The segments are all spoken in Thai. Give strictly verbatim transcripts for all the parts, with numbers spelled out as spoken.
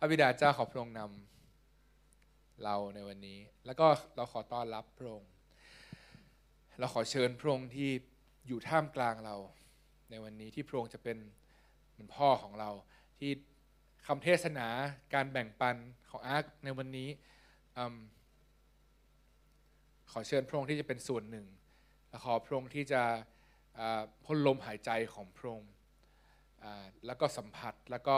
ระบิดาเจ้าขอพระองค์นำเราในวันนี้แล้วก็เราขอต้อนรับพระองค์เราขอเชิญพระองค์ที่อยู่ท่ามกลางเราในวันนี้ที่พระองค์จะเป็นเหมือนพ่อของเราที่คำเทศนาการแบ่งปันของอาร์คในวันนี้ขอเชิญพระองค์ที่จะเป็นส่วนหนึ่งและขอพระองค์ที่จะพ่นลมหายใจของพระองค์แล้วก็สัมผัสแล้วก็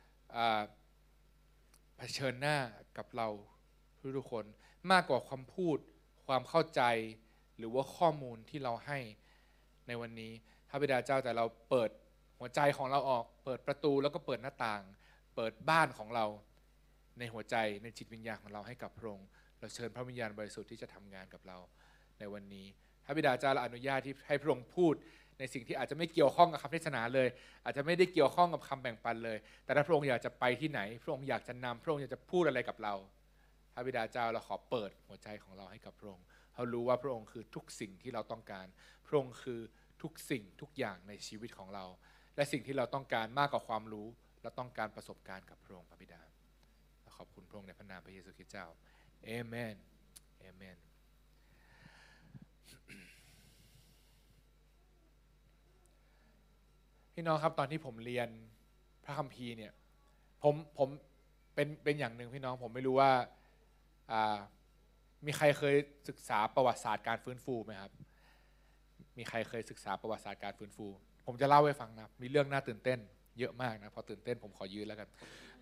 เผชิญหน้ากับเราทุกคนมากกว่าความพูดความเข้าใจหรือว่าข้อมูลที่เราให้ในวันนี้พระบิดาเจ้าแต่เราเปิดหัวใจของเราออกเปิดประตูแล้วก็เปิดหน้าต่างเปิดบ้านของเราในหัวใจในจิตวิญญาณของเราให้กับพระองค์เราเชิญพระวิญญาณบริสุทธิ์ที่จะทำงานกับเราในวันนี้พระบิดาเจ้าเราอนุญาตที่ให้พระองค์พูดในสิ่งที่อาจจะไม่เกี่ยวข้องกับคำเทศนาเลยอาจจะไม่ได้เกี่ยวข้องกับคำแบ่งปันเลยแต่ถ้าพระองค์อยากจะไปที่ไหนพระองค์อยากจะนำพระองค์อยากจะพูดอะไรกับเราพระบิดาเจ้าเราขอเปิดหัวใจของเราให้กับพระองค์เรารู้ว่าพระองค์คือทุกสิ่งที่เราต้องการพระองค์คือทุกสิ่งทุกอย่างในชีวิตของเราและสิ่งที่เราต้องการมากกว่าความรู้เราต้องการประสบการณ์กับพระองค์พระบิดาขอบคุณพระองค์ในพระนามพระเยซูคริสต์เจ้าเอเมนเอเมนพี่น้องครับตอนที่ผมเรียนพระคัมภีร์เนี่ยผมผมเป็นเป็นอย่างหนึ่งพี่น้องผมไม่รู้ว่ามีใครเคยศึกษาประวัติศาสตร์การฟื้นฟูไหมครับมีใครเคยศึกษาประวัติศาสตร์การฟื้นฟูผมจะเล่าให้ฟังนะมีเรื่องน่าตื่นเต้นเยอะมากนะพอตื่นเต้นผมขอยืนแล้วกัน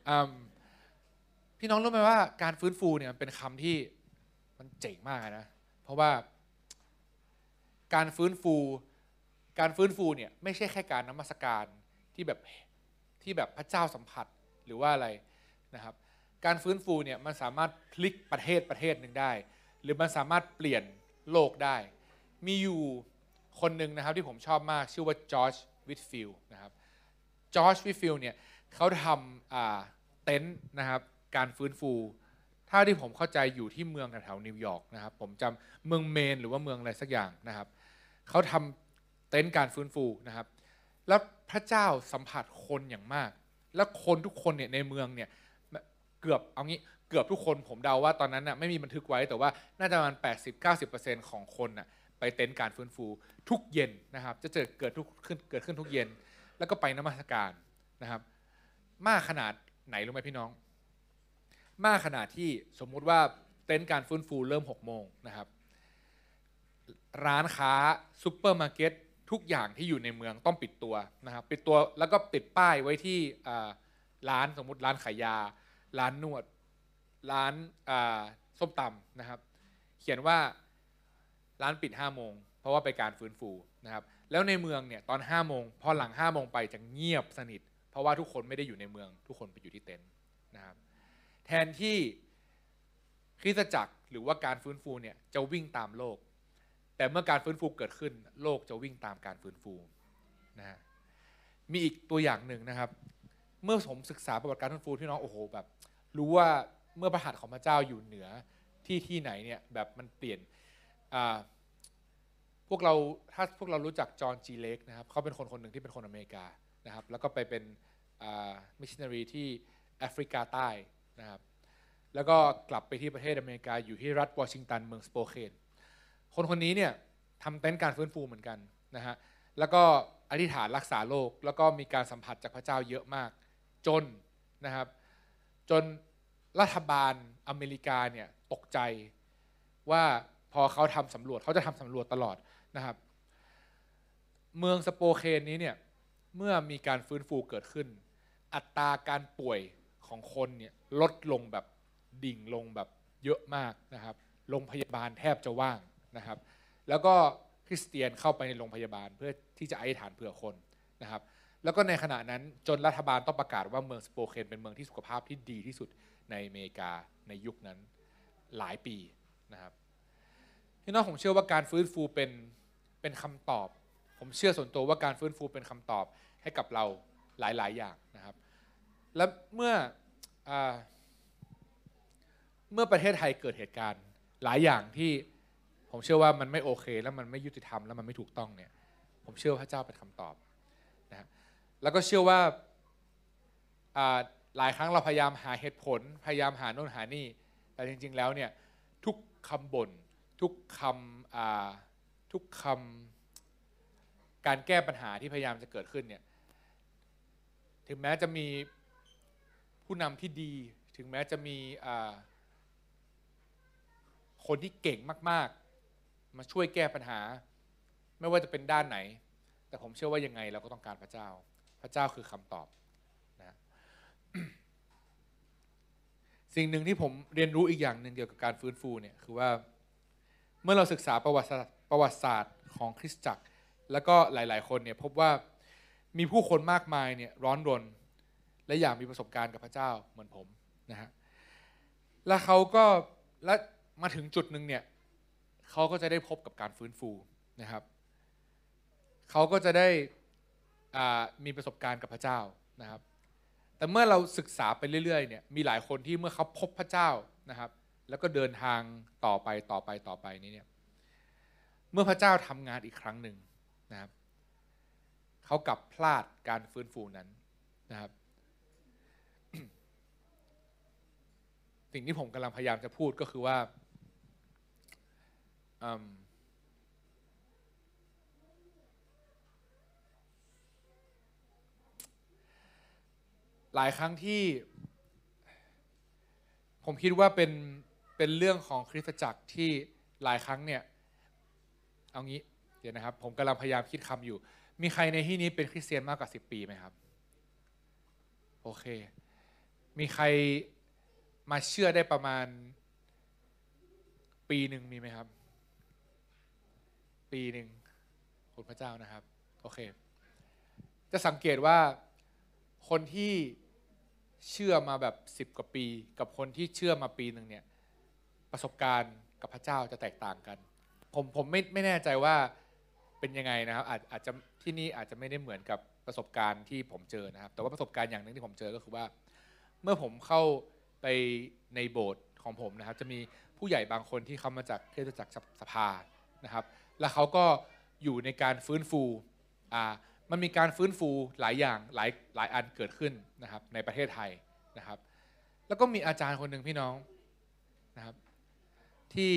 พี่น้องรู้ไหมว่าการฟื้นฟูเนี่ยเป็นคำที่มันเจ๋งมากนะเพราะว่าการฟื้นฟูการฟื้นฟูเนี่ยไม่ใช่แค่การนมัสการที่แบบที่แบบพระเจ้าสัมผัสหรือว่าอะไรนะครับการฟื้นฟูเนี่ยมันสามารถพลิกประเทศประเทศหนึ่งได้หรือมันสามารถเปลี่ยนโลกได้มีอยู่คนหนึ่งนะครับที่ผมชอบมากชื่อว่าจอร์จวิทฟิลด์นะครับจอร์จวิทฟิลด์เนี่ยเขาทำเต็นท์นะครับการฟื้นฟูถ้าที่ผมเข้าใจอยู่ที่เมืองแถวนิวยอร์กนะครับผมจำเมืองเมนหรือว่าเมืองอะไรสักอย่างนะครับเขาทำเต็นท์การฟื้นฟูนะครับแล้วพระเจ้าสัมผัสคนอย่างมากแล้วคนทุกคนเนี่ยในเมืองเนี่ยเกือบเอางี้เกือบทุกคนผมเดาว่าตอนนั้นน่ะไม่มีบันทึกไว้แต่ว่าน่าจะประมาณ แปดสิบถึงเก้าสิบเปอร์เซ็นต์ ของคนน่ะไปเต็นท์การฟื้นฟูทุกเย็นนะครับจะเจอเกิดทุกขึ้นเกิดขึ้นทุกเย็นแล้วก็ไปนมัสการนะครับมากขนาดไหนรู้ไหมพี่น้องมากขนาดที่สมมุติว่าเต็นท์การฟื้นฟูเริ่มหกโมงนะครับร้านค้าซุปเปอร์มาร์เก็ตทุกอย่างที่อยู่ในเมืองต้องปิดตัวนะครับปิดตัวแล้วก็ติดป้ายไว้ที่ร้านสมมุติร้านขายยาร้านนวดร้านส้มตำนะครับเขียนว่าร้านปิดห้าโมงเพราะว่าไปการฟื้นฟูนะครับแล้วในเมืองเนี่ยตอนห้าโมงพอหลังห้าโมงไปจะเงียบสนิทเพราะว่าทุกคนไม่ได้อยู่ในเมืองทุกคนไปอยู่ที่เต็นท์นะครับแทนที่คริสตจักรหรือว่าการฟื้นฟูเนี่ยจะวิ่งตามโลกแต่เมื่อการฟื้นฟูเกิดขึ้นโลกจะวิ่งตามการฟื้นฟูนะฮะมีอีกตัวอย่างหนึ่งนะครับเมื่อผมศึกษาประวัติการฟื้นฟูที่น้องโอ้โหแบบรู้ว่าเมื่อพระหัตถ์ของพระเจ้าอยู่เหนือที่ที่ไหนเนี่ยแบบมันเปลี่ยนพวกเราถ้าพวกเรารู้จักจอห์นจีเล็กนะครับเขาเป็นคนคนหนึ่งที่เป็นคนอเมริกานะครับแล้วก็ไปเป็นมิชชันนารีที่แอฟริกาใต้นะครับแล้วก็กลับไปที่ประเทศอเมริกาอยู่ที่รัฐวอชิงตันเมืองสโปเคนคนคนนี้เนี่ยทำเต็นท์การฟื้นฟูเหมือนกันนะฮะแล้วก็อธิษฐานรักษาโรคแล้วก็มีการสัมผัสจากพระเจ้าเยอะมากจนนะครับจนรัฐบาลอเมริกาเนี่ยตกใจว่าพอเขาทำสำรวจเขาจะทำสำรวจตลอดนะครับเมืองสโปเคนนี้เนี่ยเมื่อมีการฟื้นฟูเกิดขึ้นอัตราการป่วยของคนเนี่ยลดลงแบบดิ่งลงแบบเยอะมากนะครับโรงพยาบาลแทบจะว่างนะครับแล้วก็คริสเตียนเข้าไปในโรงพยาบาลเพื่อที่จะอธิษฐานเผื่อคนนะครับแล้วก็ในขณะนั้นจนรัฐบาลต้องประกาศว่าเมืองสโปเคนเป็นเมืองที่สุขภาพที่ดีที่สุดในอเมริกาในยุคนั้นหลายปีนะครับพี่น้องผมเชื่อว่าการฟื้นฟูเป็นเป็นคำตอบผมเชื่อส่วนตัวว่าการฟื้นฟูเป็นคำตอบให้กับเราหลายๆอย่างนะครับและเมื่อเมื่อประเทศไทยเกิดเหตุการณ์หลายอย่างที่ผมเชื่อว่ามันไม่โอเคแล้วมันไม่ยุติธรรมแล้วมันไม่ถูกต้องเนี่ยผมเชื่อว่าพระเจ้าเป็นคำตอบนะแล้วก็เชื่อว่าหลายครั้งเราพยายามหาเหตุผลพยายามหาโน่นหานี่แต่จริงๆแล้วเนี่ยทุกคำบ่นทุกคำทุกคำการแก้ปัญหาที่พยายามจะเกิดขึ้นเนี่ยถึงแม้จะมีผู้นำที่ดีถึงแม้จะมีคนที่เก่งมากๆมาช่วยแก้ปัญหาไม่ว่าจะเป็นด้านไหนแต่ผมเชื่อว่ายังไงเราก็ต้องการพระเจ้าพระเจ้าคือคำตอบนะ สิ่งหนึ่งที่ผมเรียนรู้อีกอย่างหนึ่งเกี่ยวกับการฟื้นฟูเนี่ยคือว่าเมื่อเราศึกษาประวัติศาสตร์ประวัติศาสตร์ของคริสตจักรแล้วก็หลายๆคนเนี่ยพบว่ามีผู้คนมากมายเนี่ยร้อนรนและอยากมีประสบการณ์กับพระเจ้าเหมือนผมนะฮะและเขาก็และมาถึงจุดหนึ่งเนี่ยเขาก็จะได้พบกับการฟื้นฟูนะครับเขาก็จะได้มีประสบการณ์กับพระเจ้านะครับแต่เมื่อเราศึกษาไปเรื่อยๆเนี่ยมีหลายคนที่เมื่อเขาพบพระเจ้านะครับแล้วก็เดินทางต่อไปต่อไปต่อไปนี้เนี่ยเมื่อพระเจ้าทำงานอีกครั้งหนึ่งนะครับเขากลับพลาดการฟื้นฟูนั้นนะครับ สิ่งที่ผมกำลังพยายามจะพูดก็คือว่าหลายครั้งที่ผมคิดว่าเป็นเป็นเรื่องของคริสตจักรที่หลายครั้งเนี่ยเอางี้เดี๋ยวนะครับผมกำลังพยายามคิดคำอยู่มีใครในที่นี้เป็นคริสเตียนมากกว่าสิบปีไหมครับโอเคมีใครมาเชื่อได้ประมาณปีหนึ่งมีไหมครับปีหนึ่งขอบคุณพระเจ้านะครับโอเคจะสังเกตว่าคนที่เชื่อมาแบบสิบกว่าปีกับคนที่เชื่อมาปีหนึ่งเนี่ยประสบการณ์กับพระเจ้าจะแตกต่างกันผมผมไม่ไม่แน่ใจว่าเป็นยังไงนะครับอาจอาจจะที่นี่อาจจะไม่ได้เหมือนกับประสบการณ์ที่ผมเจอนะครับแต่ว่าประสบการณ์อย่างหนึ่งที่ผมเจอก็คือว่าเมื่อผมเข้าไปในโบสถ์ของผมนะครับจะมีผู้ใหญ่บางคนที่เขามาจากคริสตจักรสภานะครับแล้วเขาก็อยู่ในการฟื้นฟูอ่ามันมีการฟื้นฟูหลายอย่างหลายหลายอันเกิดขึ้นนะครับในประเทศไทยนะครับแล้วก็มีอาจารย์คนหนึ่งพี่น้องนะครับที่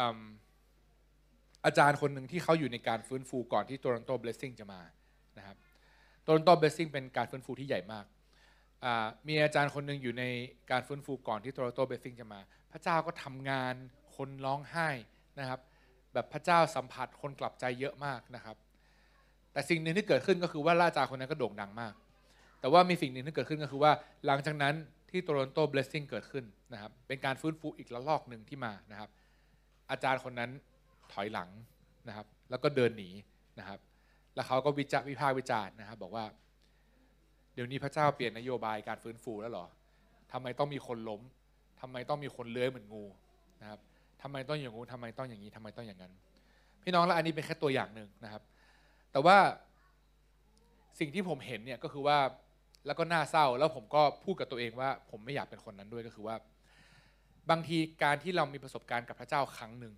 อาจารย์คนหนึ่งที่เขาอยู่ในการฟื้นฟูก่อนที่ Toronto Blessing จะมานะครับ Toronto Blessing เป็นการฟื้นฟูที่ใหญ่มากมีอาจารย์คนหนึ่งอยู่ในการฟื้นฟูก่อนที่ Toronto Blessing จะมาพระเจ้าก็ทำงานคนร้องไห้นะครับแบบพระเจ้าสัมผัสคนกลับใจเยอะมากนะครับแต่สิ่งหนึ่งที่เกิดขึ้นก็คือว่าอาจารย์คนนั้นก็โด่งดังมากแต่ว่ามีสิ่งหนึ่งที่เกิดขึ้นก็คือว่าหลังจากนั้นที่ Toronto Blessing เกิดขึ้นนะครับเป็นการฟื้นฟูอีกระลอกหนึ่งที่มานะครับอาจารย์คนนั้นถอยหลังนะครับแล้วก็เดินหนีนะครับแล้วเขาก็วิจารณ์วิพากษ์วิจารณ์นะครับบอกว่าเดี๋ยวนี้พระเจ้าเปลี่ยนนโยบายการฟื้นฟูแล้วเหรอทำไมต้องมีคนล้มทำไมต้องมีคนเลื้อยเหมือนงูนะครับทำไมต้องอย่างงูทำไมต้องอย่างนี้ทำไมต้องอย่างนั้นพี่น้องและอันนี้เป็นแค่ตัวอย่างหนึ่งนะครับแต่ว่าสิ่งที่ผมเห็นเนี่ยก็คือว่าแล้วก็น่าเศร้าแล้วผมก็พูดกับตัวเองว่าผมไม่อยากเป็นคนนั้นด้วยก็คือว่าบางทีการที่เรามีประสบการณ์กับพระเจ้าครั้งหนึ่ง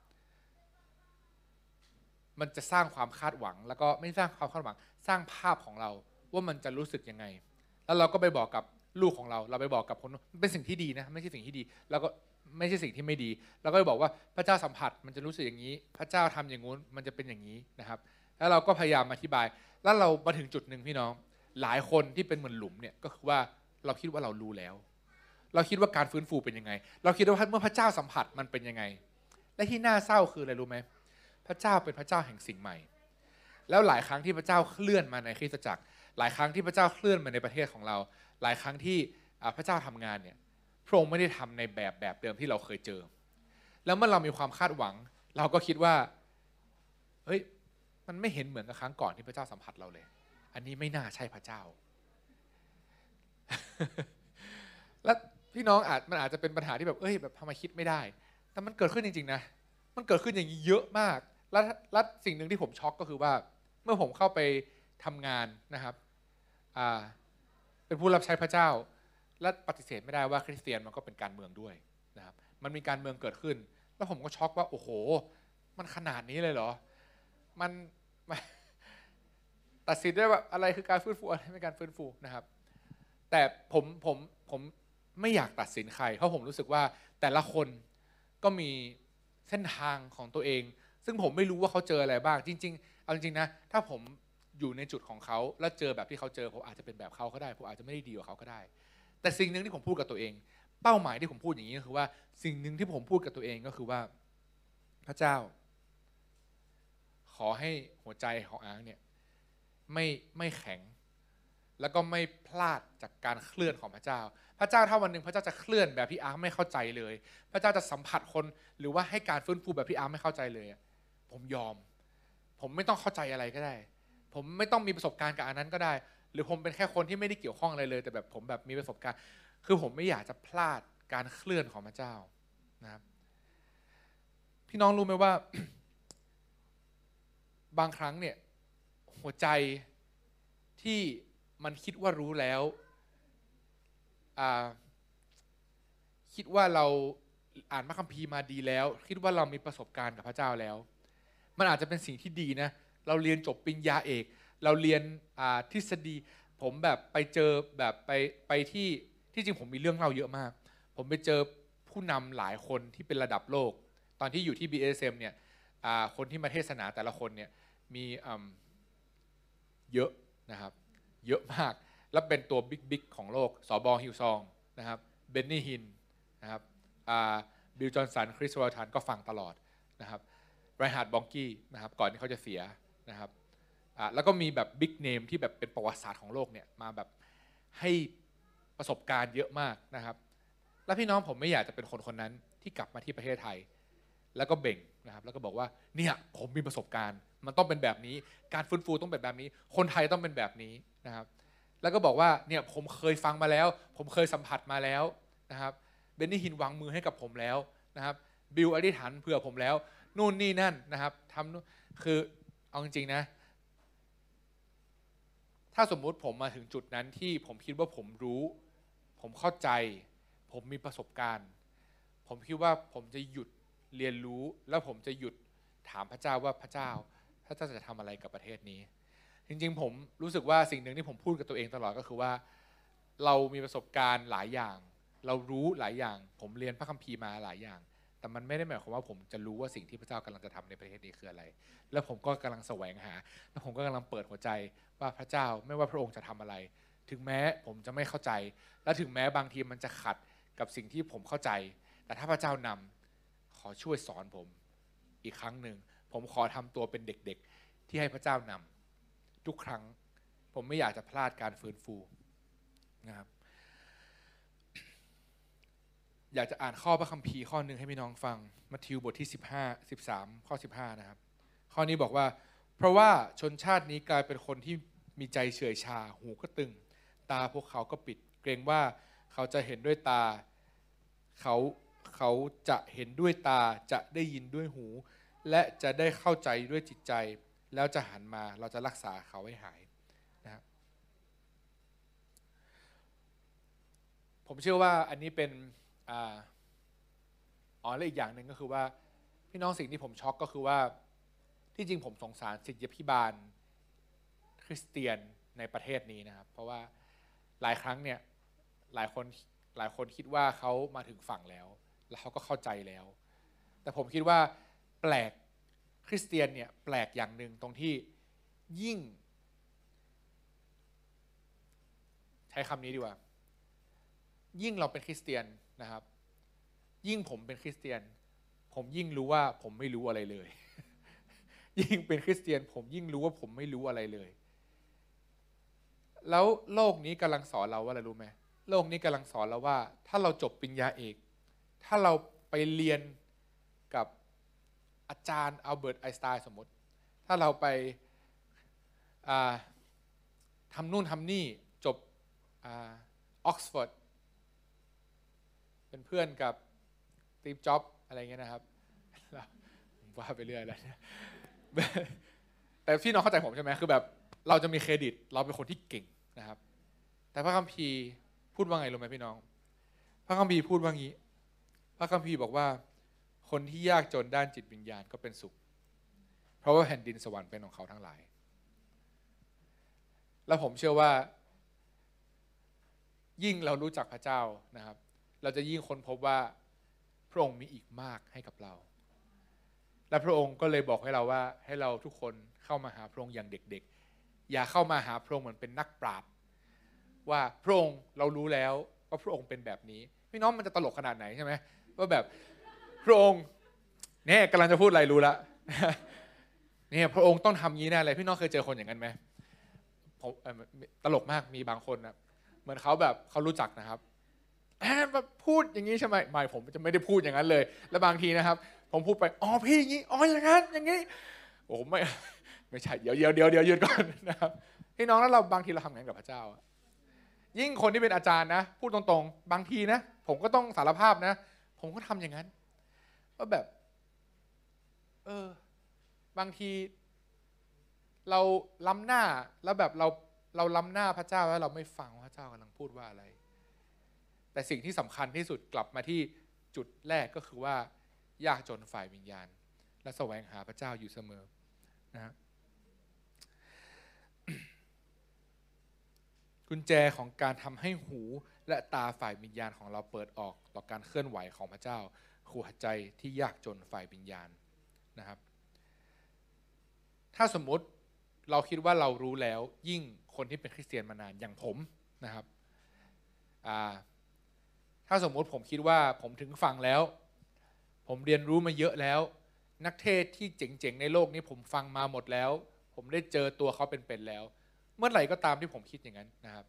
มันจะสร้างความคาดหวังแล้วก็ไม่สร้างความคาดหวังสร้างภาพของเราว่ามันจะรู้สึกยังไงแล้วเราก็ไปบอกกับลูกของเราเราไปบอกกับคนมันเป็นสิ่งที่ดีนะไม่ใช่สิ่งที่ดีแล้วก็ไม่ใช่สิ่งที่ไม่ดีเราก็ไปบอกว่าพระเจ้าสัมผัสมันจะรู้สึกอย่างนี้พระเจ้าทำอย่างงู้นมันจะเป็นอย่างนี้นะครับแล้วเราก็พยายามอธิบายแล้วเรามาถึงจุดหนึ่งพี่น้องหลายคนที่เป็นเหมือนหลุมเนี่ยก็คือว่าเราคิดว่าเรารู้แล้วเราคิดว่าการฟื้นฟูเป็นยังไงเราคิดว่าเมื่อพระเจ้าสัมผัสมันเป็นยังไงและที่น่าเศร้าคืออะไรรู้ไหมพระเจ้าเป็นพระเจ้าแห่งสิ่งใหม่แล้วหลายครั้งที่พระเจ้าเคลื่อนมาในคริสตจักรหลายครั้งที่พระเจ้าเคลื่อนมาในประเทศของเราหลายครั้งที่พระเจ้าทำงานเนี่ยพระองค์ไม่ได้ทำในแบบแบบเดิมที่เราเคยเจอแล้วเมื่อเรามีความคาดหวังเราก็คิดว่าเฮ้ยมันไม่เห็นเหมือนกับครั้งก่อนที่พระเจ้าสัมผัสเราเลยอันนี้ไม่น่าใช่พระเจ้า และพี่น้องอาจมันอาจจะเป็นปัญหาที่แบบเอ้ยแบบทำไมคิดไม่ได้แต่มันเกิดขึ้นจริงๆนะมันเกิดขึ้นอย่างนี้เยอะมากและและสิ่งหนึ่งที่ผมช็อกก็คือว่าเมื่อผมเข้าไปทำงานนะครับเป็นผู้รับใช้พระเจ้าและปฏิเสธไม่ได้ว่าคริสเตียนมันก็เป็นการเมืองด้วยนะครับมันมีการเมืองเกิดขึ้นแล้วผมก็ช็อกว่าโอ้โหมันขนาดนี้เลยเหรอมันตัดสินได้ว่าอะไรคือการฟื้นฟูอะไรไม่การฟื้นฟูนะครับแต่ผมผมผมไม่อยากตัดสินใครเพราะผมรู้สึกว่าแต่ละคนก็มีเส้นทางของตัวเองซึ่งผมไม่รู้ว่าเขาเจออะไรบ้างจริงๆเอาจริงๆนะถ้าผมอยู่ในจุดของเขาแล้วเจอแบบที่เขาเจอผมอาจจะเป็นแบบเขาก็ได้ผมอาจจะไม่ได้ดีกว่าเขาก็ได้แต่สิ่งหนึ่งที่ผมพูดกับตัวเองเป้าหมายที่ผมพูดอย่างนี้ก็คือว่าสิ่งหนึ่งที่ผมพูดกับตัวเองก็คือว่าพระเจ้าขอให้หัวใจของอาร์เนี่ยไม่ไม่แข็งแล้วก็ไม่พลาดจากการเคลื่อนของพระเจ้าพระเจ้าถ้าวันหนึ่งพระเจ้าจะเคลื่อนแบบที่อาร์ไม่เข้าใจเลยพระเจ้าจะสัมผัสคนหรือว่าให้การฟื้นฟูแบบที่อาร์ไม่เข้าใจเลยผมยอมผมไม่ต้องเข้าใจอะไรก็ได้ผมไม่ต้องมีประสบการณ์กับอันนั้นก็ได้หรือผมเป็นแค่คนที่ไม่ได้เกี่ยวข้องอะไรเลยแต่แบบผมแบบมีประสบการณ์คือผมไม่อยากจะพลาดการเคลื่อนของพระเจ้านะครับพี่น้องรู้ไหมว่า บางครั้งเนี่ยหัวใจที่มันคิดว่ารู้แล้วคิดว่าเราอ่านพระคัมภีร์มาดีแล้วคิดว่าเรามีประสบการณ์กับพระเจ้าแล้วมันอาจจะเป็นสิ่งที่ดีนะเราเรียนจบปริญญาเอกเราเรียนทฤษฎีผมแบบไปเจอแบบไปไปที่ที่จริงผมมีเรื่องเล่าเยอะมากผมไปเจอผู้นำหลายคนที่เป็นระดับโลกตอนที่อยู่ที่ บี เอ เอส เอ็ม เนี่ยคนที่มาเทศนาแต่ละคนเนี่ยมีเยอะนะครับเยอะมากและเป็นตัวบิ๊กๆของโลกสบฮิวซองนะครับเบนนี่ฮินนะครับบิลจอห์นสันคริสวอลทันก็ฟังตลอดนะครับไรฮาร์ดบองกี้นะครับก่อนที่เขาจะเสียนะครับแล้วก็มีแบบบิ๊กเนมที่แบบเป็นประวัติศาสตร์ของโลกเนี่ยมาแบบให้ประสบการณ์เยอะมากนะครับและพี่น้องผมไม่อยากจะเป็นคนคนนั้นที่กลับมาที่ประเทศไทยแล้วก็เบ่งนะครับแล้วก็บอกว่าเนี่ยผมมีประสบการณ์มันต้องเป็นแบบนี้การฟื้นฟูต้องเป็นแบบนี้คนไทยต้องเป็นแบบนี้นะครับแล้วก็บอกว่าเนี่ยผมเคยฟังมาแล้วผมเคยสัมผัสมาแล้วนะครับเบนนี่ฮินวางมือให้กับผมแล้วนะครับบิลอธิษฐานเผื่อผมแล้วนู่นนี่นั่นนะครับทำคือเอาจริงๆนะถ้าสมมุติผมมาถึงจุดนั้นที่ผมคิดว่าผมรู้ผมเข้าใจผมมีประสบการณ์ผมคิดว่าผมจะหยุดเรียนรู้แล้วผมจะหยุดถามพระเจ้าว่าพระเจ้าพระเจ้าจะทำอะไรกับประเทศนี้จริงๆผมรู้สึกว่าสิ่งหนึ่งที่ผมพูดกับตัวเองตลอดก็คือว่าเรามีประสบการณ์หลายอย่างเรารู้หลายอย่างผมเรียนพระคัมภีร์มาหลายอย่างแต่มันไม่ได้หมายความว่าผมจะรู้ว่าสิ่งที่พระเจ้ากำลังจะทำในประเทศนี้คืออะไรแล้วผมก็กำลังแสวงหาแล้วผมก็กำลังเปิดหัวใจว่าพระเจ้าไม่ว่าพระองค์จะทำอะไรถึงแม้ผมจะไม่เข้าใจและถึงแม้บางทีมันจะขัดกับสิ่งที่ผมเข้าใจแต่ถ้าพระเจ้านำขอช่วยสอนผมอีกครั้งหนึ่งผมขอทำตัวเป็นเด็กๆที่ให้พระเจ้านำทุกครั้งผมไม่อยากจะพลาดการฟื้นฟูนะครับอยากจะอ่านข้อพระคัมภีร์ข้อหนึ่งให้พี่น้องฟังมัทธิวบทที่สิบห้า สิบสามข้อสิบห้านะครับข้อนี้บอกว่าเพราะว่าชนชาตินี้กลายเป็นคนที่มีใจเฉื่อยชาหูก็ตึงตาพวกเขาก็ปิดเกรงว่าเขาจะเห็นด้วยตาเขาเขาจะเห็นด้วยตาจะได้ยินด้วยหูและจะได้เข้าใจด้วยจิตใจแล้วจะหันมาเราจะรักษาเขาให้หายนะครับผมเชื่อว่าอันนี้เป็นอ๋อและอีกอย่างหนึ่งก็คือว่าพี่น้องสิ่งที่ผมช็อกก็คือว่าที่จริงผมสงสารศิษยาภิบาลคริสเตียนในประเทศนี้นะครับเพราะว่าหลายครั้งเนี่ยหลายคนหลายคนคิดว่าเขามาถึงฝั่งแล้วแล้วเขาก็เข้าใจแล้วแต่ผมคิดว่าแปลกคริสเตียนเนี่ยแปลกอย่างหนึ่งตรงที่ยิ่งใช้คำนี้ดีกว่ายิ่งเราเป็นคริสเตียนนะครับยิ่งผมเป็นคริสเตียนผมยิ่งรู้ว่าผมไม่รู้อะไรเลยยิ่งเป็นคริสเตียนผมยิ่งรู้ว่าผมไม่รู้อะไรเลยแล้วโลกนี้กำลังสอนเราว่าอะไรรู้ไหมโลกนี้กำลังสอนเราว่าถ้าเราจบปริญญาเอกถ้าเราไปเรียนกับอาจารย์อัลเบิร์ตไอน์สไตน์สมมติถ้าเราไปทำนู่นทำนี่จบออกซฟอร์ดเป็นเพื่อนกับสตีฟจ็อบส์อะไรเงี้ยนะครับว่าไปเรื่อยเลยแต่พี่น้องเข้าใจผมใช่ไหมคือแบบเราจะมีเครดิตเราเป็นคนที่เก่งนะครับแต่พระคัมภีร์พูดว่าไงรู้ไหมพี่น้องพระคัมภีร์พูดว่างี้พระคัมภีร์บอกว่าคนที่ยากจนด้านจิตวิญญาณก็เป็นสุขเพราะว่าแผ่นดินสวรรค์เป็นของเขาทั้งหลายและผมเชื่อว่ายิ่งเรารู้จักพระเจ้านะครับเราจะยิ่งค้นพบว่าพระองค์มีอีกมากให้กับเราและพระองค์ก็เลยบอกให้เราว่าให้เราทุกคนเข้ามาหาพระองค์อย่างเด็กๆอย่าเข้ามาหาพระองค์เหมือนเป็นนักปราชญ์ว่าพระองค์เรารู้แล้วว่าพระองค์เป็นแบบนี้พี่น้องมันจะตลกขนาดไหนใช่ไหมว่าแบบพระองค์เนี่ยกำลังจะพูดอะไรรู้ละเนี่ยพระองค์ต้องทำงี้แน่เลยพี่น้องเคยเจอคนอย่างนั้นไหมผมตลกมากมีบางคนนะเหมือนเขาแบบเขารู้จักนะครับแบบพูดอย่างนี้ใช่ไหมไม่ผมจะไม่ได้พูดอย่างนั้นเลยและบางทีนะครับผมพูดไปอ๋อพี่อย่างนี้อ๋ออย่างนั้นอย่างนี้โอ้ไม่ไม่ใช่เดี๋ยวเดี๋ยวเดี๋ยวเดี๋ยวหยุดก่อนนะครับพี่น้องแล้วเราบางทีเราทำงานกับพระเจ้ายิ่งคนที่เป็นอาจารย์นะพูดตรงๆบางทีนะผมก็ต้องสารภาพนะผมก็ทำอย่างนั้นว่าแบบเออบางทีเราล้ำหน้าแล้วแบบเราเราล้ำหน้าพระเจ้าแล้วเราไม่ฟังว่าพระเจ้ากำลังพูดว่าอะไรแต่สิ่งที่สำคัญที่สุดกลับมาที่จุดแรกก็คือว่ายากจนฝ่ายวิญญาณและแสวงหาพระเจ้าอยู่เสมอนะฮะกุญแจของการทำให้หูและตาฝ่ายวิญญาณของเราเปิดออกต่อการเคลื่อนไหวของพระเจ้าคือหัวใจที่ยากจนฝ่ายวิญญาณนะครับถ้าสมมุติเราคิดว่าเรารู้แล้วยิ่งคนที่เป็นคริสเตียนมานานอย่างผมนะครับถ้าสมมุติผมคิดว่าผมถึงฟังแล้วผมเรียนรู้มาเยอะแล้วนักเทศที่เจ๋งๆในโลกนี้ผมฟังมาหมดแล้วผมได้เจอตัวเขาเป็นๆแล้วเมื่อไหร่ก็ตามที่ผมคิดอย่างนั้นนะครับ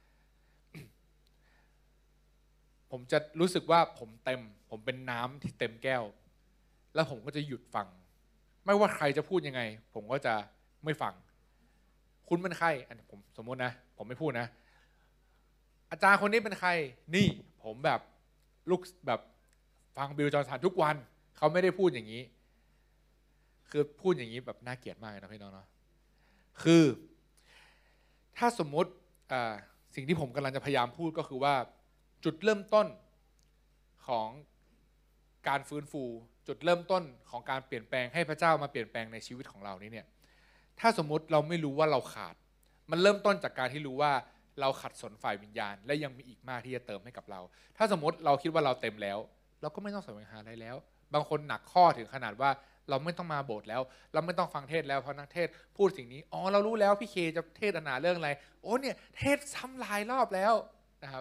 ผมจะรู้สึกว่าผมเต็มผมเป็นน้ำที่เต็มแก้วแล้วผมก็จะหยุดฟังไม่ว่าใครจะพูดยังไงผมก็จะไม่ฟังคุณเป็นใครอันผมสมมตินะผมไม่พูดนะอาจารย์คนนี้เป็นใครนี่ผมแบบลูกแบบฟังบิล จอห์นสันทุกวันเขาไม่ได้พูดอย่างนี้คือพูดอย่างนี้แบบน่าเกลียดมากนะพี่น้องเนาะคือถ้าสมมติสิ่งที่ผมกำลังจะพยายามพูดก็คือว่าจุดเริ่มต้นของการฟื้นฟูจุดเริ่มต้นของการเปลี่ยนแปลงให้พระเจ้ามาเปลี่ยนแปลงในชีวิตของเรานี้เนี่ยถ้าสมมุติเราไม่รู้ว่าเราขาดมันเริ่มต้นจากการที่รู้ว่าเราขัดสนฝ่ายวิญญาณและยังมีอีกมากที่จะเติมให้กับเราถ้าสมมติเราคิดว่าเราเต็มแล้วเราก็ไม่ต้องแสวงหาอะไรแล้วบางคนหนักข้อถึงขนาดว่าเราไม่ต้องมาโบสถ์แล้วเราไม่ต้องฟังเทศแล้วเพราะนักเทศพูดสิ่งนี้อ๋อเรารู้แล้วพี่เคจะเทศนาเรื่องอะไรโอ้เนี่ยเทศซ้ำหลายรอบแล้วนะครับ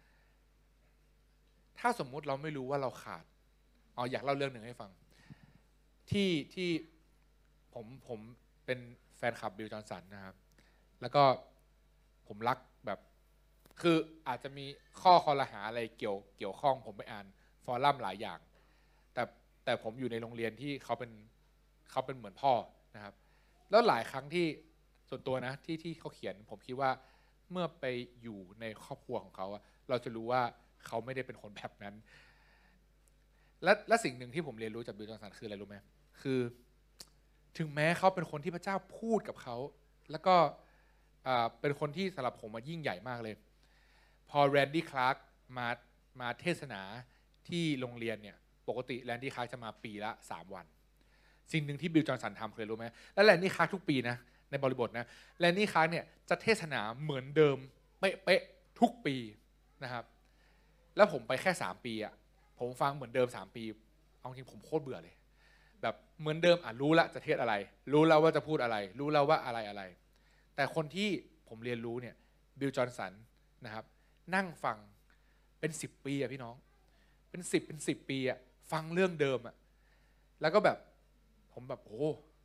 ถ้าสมมุติเราไม่รู้ว่าเราขาดอ๋ออยากเล่าเรื่องหนึ่งให้ฟังที่ที่ผมผมเป็นแฟนคลับบิล จอห์นสันนะครับแล้วก็ผมรักแบบคืออาจจะมีข้อคอรหาอะไรเกี่ยวเกี่ยวข้องผมไปอ่านฟอรัมหลายอย่างแต่แต่ผมอยู่ในโรงเรียนที่เขาเป็นเขาเป็นเหมือนพ่อนะครับแล้วหลายครั้งที่ส่วนตัวนะที่ที่เขาเขียนผมคิดว่าเมื่อไปอยู่ในครอบครัวของเขาเราจะรู้ว่าเขาไม่ได้เป็นคนแบบนั้นและและสิ่งหนึ่งที่ผมเรียนรู้จากบิล จอห์นสันคืออะไรรู้ไหมคือถึงแม้เขาเป็นคนที่พระเจ้าพูดกับเขาแล้วก็เป็นคนที่สำหรับผมมายิ่งใหญ่มากเลยพอแรนดี้ คลาร์กมามาเทศนาที่โรงเรียนเนี่ยปกติแรนดี้ คลาร์กจะมาปีละสามวันสิ่งหนึ่งที่บิล จอห์นสันทำเคยรู้ไหมและแรนดี้ คลาร์กทุกปีนะในบริบทนะแรนดี้ คลาร์กเนี่ยจะเทศนาเหมือนเดิมเป๊ะๆทุกปีนะครับแล้วผมไปแค่สามปีอะผมฟังเหมือนเดิมสามปีเอาจริงผมโคตรเบื่อเลยแบบเหมือนเดิมอ่ะรู้ละจะเทศอะไรรู้แล้วว่าจะพูดอะไรรู้แล้วว่าอะไรอะไรแต่คนที่ผมเรียนรู้เนี่ยบิล จอห์นสันนะครับนั่งฟังเป็นสิบปีอะพี่น้องเป็นสิบเป็นสิบปีอะฟังเรื่องเดิมอะแล้วก็แบบผมแบบโอ้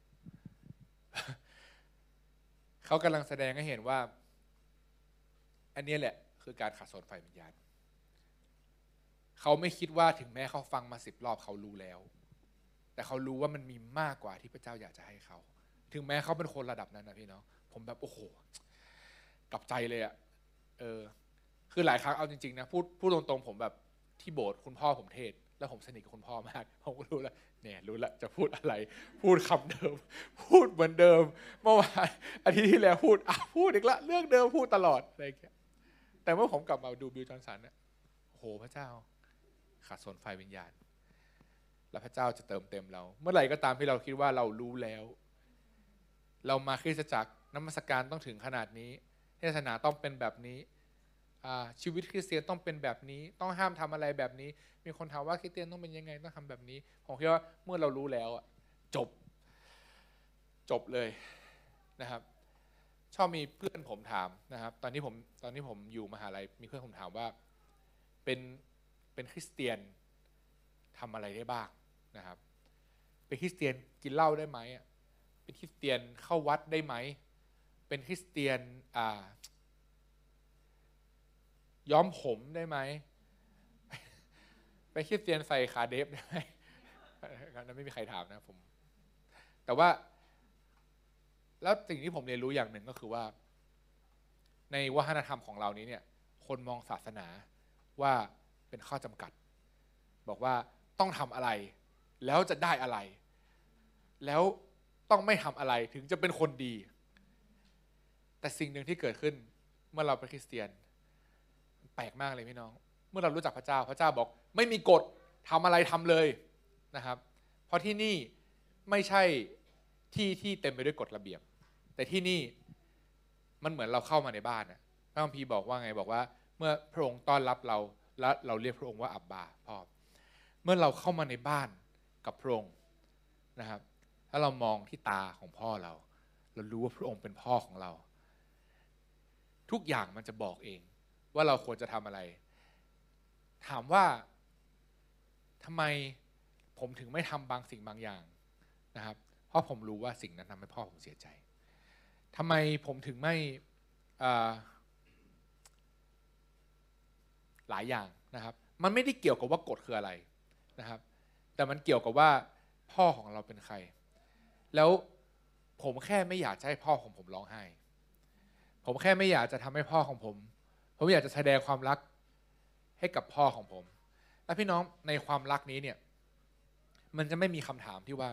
เขากำลังแสดงให้เห็นว่าอันนี้แหละคือการขัดสนฝ่ายวิญญาณเขาไม่คิดว่าถึงแม้เขาฟังมาสิบรอบเขารู้แล้วแต่เขารู้ว่ามันมีมากกว่าที่พระเจ้าอยากจะให้เขาถึงแม้เขาเป็นคนระดับนั้นนะพี่น้องผมแบบโอ้โหกลับใจเลยอะเออคือหลายครั้งเอาจริงๆนะพูดพูดตรงๆผมแบบที่โบสถ์คุณพ่อผมเทศแล้วผมสนิทกับคุณพ่อมากผมก็รู้แล้วเนี่ยรู้แล้วจะพูดอะไรพูดคำเดิมพูดเหมือนเดิมเมื่อวานอาทิตย์ที่แล้วพูดอ่ะพูดอีกละเรื่องเดิมพูดตลอดอะไรอย่างเงี้ยแต่เมื่อผมกลับมาดูบิล จอห์นสันเนี่ยโอ้โหพระเจ้าขาดสนฝ่ายวิญญาณและพระเจ้าจะเติมเต็มเราเมื่อไหร่ก็ตามที่เราคิดว่าเรารู้แล้วเรามาคริสตจักรนมัสการต้องถึงขนาดนี้เทศนาต้องเป็นแบบนี้ชีวิตคริสเตียนต้องเป็นแบบนี้ต้องห้ามทำอะไรแบบนี้มีคนถามว่าคริสเตียนต้องเป็นยังไงต้องทำแบบนี้ผมคิดว่าเมื่อเรารู้แล้วจบจบเลยนะครับชอบมีเพื่อนผมถามนะครับตอนนี้ผมตอนนี้ผมอยู่มหาลัยมีเพื่อนผมถามว่าเป็นเป็นคริสเตียนทำอะไรได้บ้างนะครับเป็นคริสเตียนกินเหล้าได้ไหมเป็นคริสเตียนเข้าวัดได้ไหมเป็นคริสเตียนอ่าย้อมผมได้ไหมเป็นคริสเตียนใส่ขาเดฟได้ไหมนั้นไม่มีใครถามนะผมแต่ว่าแล้วสิ่งที่ผมเรียนรู้อย่างหนึ่งก็คือว่าในวัฒนธรรมของเรานี้เนี่ยคนมองศาสนาว่าเป็นข้อจำกัดบอกว่าต้องทำอะไรแล้วจะได้อะไรแล้วต้องไม่ทำอะไรถึงจะเป็นคนดีแต่สิ่งหนึ่งที่เกิดขึ้นเมื่อเราเป็นคริสเตียนแปลกมากเลยพี่น้องเมื่อเรารู้จักพระเจ้าพระเจ้าบอกไม่มีกฎทำอะไรทำเลยนะครับเพราะที่นี่ไม่ใช่ที่ที่เต็มไปด้วยกฎระเบียบแต่ที่นี่มันเหมือนเราเข้ามาในบ้านนะพระคัมภีร์บอกว่าไงบอกว่าเมื่อพระองค์ต้อนรับเราและเราเรียกพระองค์ว่าอับบาพ่อเมื่อเราเข้ามาในบ้านกับพระองค์นะครับถ้าเรามองที่ตาของพ่อเราเรารู้ว่าพระองค์เป็นพ่อของเราทุกอย่างมันจะบอกเองว่าเราควรจะทำอะไรถามว่าทำไมผมถึงไม่ทำบางสิ่งบางอย่างนะครับเพราะผมรู้ว่าสิ่งนั้นทำให้พ่อผมเสียใจทำไมผมถึงไม่หลายอย่างนะครับมันไม่ได้เกี่ยวกับว่ากฎคืออะไรนะครับแต่มันเกี่ยวกับว่าพ่อของเราเป็นใครแล้วผมแค่ไม่อยากจะให้พ่อของผมร้องไห้ผมแค่ไม่อยากจะทำให้พ่อของผมผมอยากจะแสดงความรักให้กับพ่อของผมและพี่น้องในความรักนี้เนี่ยมันจะไม่มีคำถามที่ว่า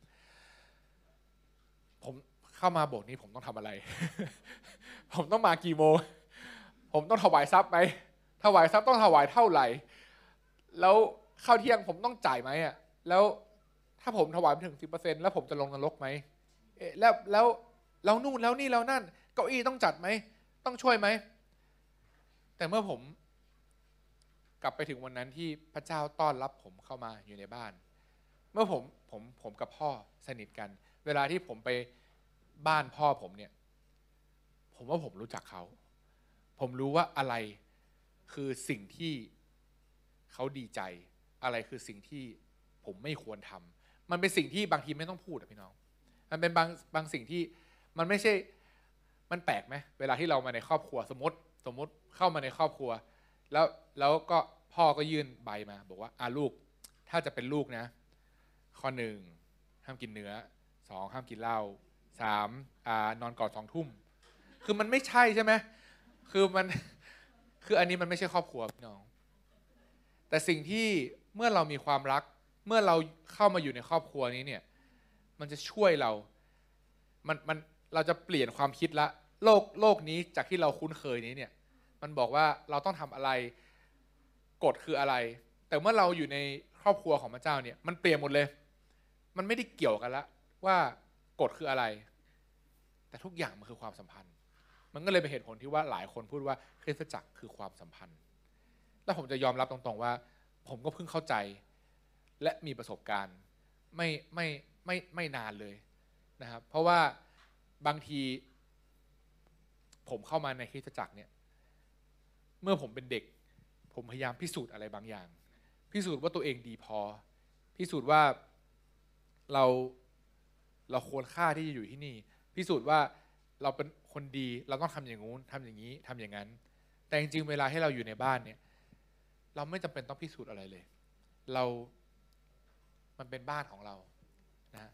ผมเข้ามาโบสถ์นี้ผมต้องทำอะไร ผมต้องมากี่โมงผมต้องถวายทรัพย์ไหมถวายทรัพย์ต้องถวายเท่าไหร่แล้วข้าวเที่ยงผมต้องจ่ายไหมอ่ะแล้วถ้าผมถวายไปถึง สิบเปอร์เซ็นต์ แล้วผมจะลงนรกไหมเอ๊ะแล้วแล้วแล้วนู่นแล้วนี่แล้วนั่นเก้าอี้ต้องจัดไหมต้องช่วยไหมแต่เมื่อผมกลับไปถึงวันนั้นที่พระเจ้าต้อนรับผมเข้ามาอยู่ในบ้านเมื่อผมผมผมกับพ่อสนิทกันเวลาที่ผมไปบ้านพ่อผมเนี่ยผมว่าผมรู้จักเขาผมรู้ว่าอะไรคือสิ่งที่เขาดีใจอะไรคือสิ่งที่ผมไม่ควรทำมันเป็นสิ่งที่บางทีไม่ต้องพูดอะพี่น้องมันเป็นบางบางสิ่งที่มันไม่ใช่มันแปลกไหมเวลาที่เรามาในครอบครัวสมมติสมมติเข้ามาในครอบครัวแล้วแล้วก็พ่อก็ยื่นใบมาบอกว่าอ่าลูกถ้าจะเป็นลูกนะข้อหนึ่งห้ามกินเนื้อสองห้ามกินเหล้าสามอ่านอนก่อนสองทุ่มคือมันไม่ใช่ใช่ไหมคือมันคืออันนี้มันไม่ใช่ครอบครัวพี่น้องแต่สิ่งที่เมื่อเรามีความรักเมื่อเราเข้ามาอยู่ในครอบครัวนี้เนี่ยมันจะช่วยเรามันมันเราจะเปลี่ยนความคิดละโลกโลกนี้จากที่เราคุ้นเคยนี้เนี่ยมันบอกว่าเราต้องทำอะไรกฎคืออะไรแต่เมื่อเราอยู่ในครอบครัวของพระเจ้าเนี่ยมันเปลี่ยนหมดเลยมันไม่ได้เกี่ยวกันละว่ากฎคืออะไรแต่ทุกอย่างมันคือความสัมพันธ์มันก็เลยเป็นเหตุผลที่ว่าหลายคนพูดว่าคริสตจักรคือความสัมพันธ์แล้วผมจะยอมรับตรงๆว่าผมก็เพิ่งเข้าใจและมีประสบการณ์ไม่ไม่ไม่ไม่นานเลยนะครับเพราะว่าบางทีผมเข้ามาในคริสตจักรเนี่ยเมื่อผมเป็นเด็กผมพยายามพิสูจน์อะไรบางอย่างพิสูจน์ว่าตัวเองดีพอพิสูจน์ว่าเราเราควรค่าที่จะอยู่ที่นี่พิสูจน์ว่าเราเป็นคนดีเราต้องทำอย่างงู้นทำอย่างนี้ทำอย่างนั้นแต่จริงๆเวลาให้เราอยู่ในบ้านเนี่ยเราไม่จำเป็นต้องพิสูจน์อะไรเลยเรามันเป็นบ้านของเรานะ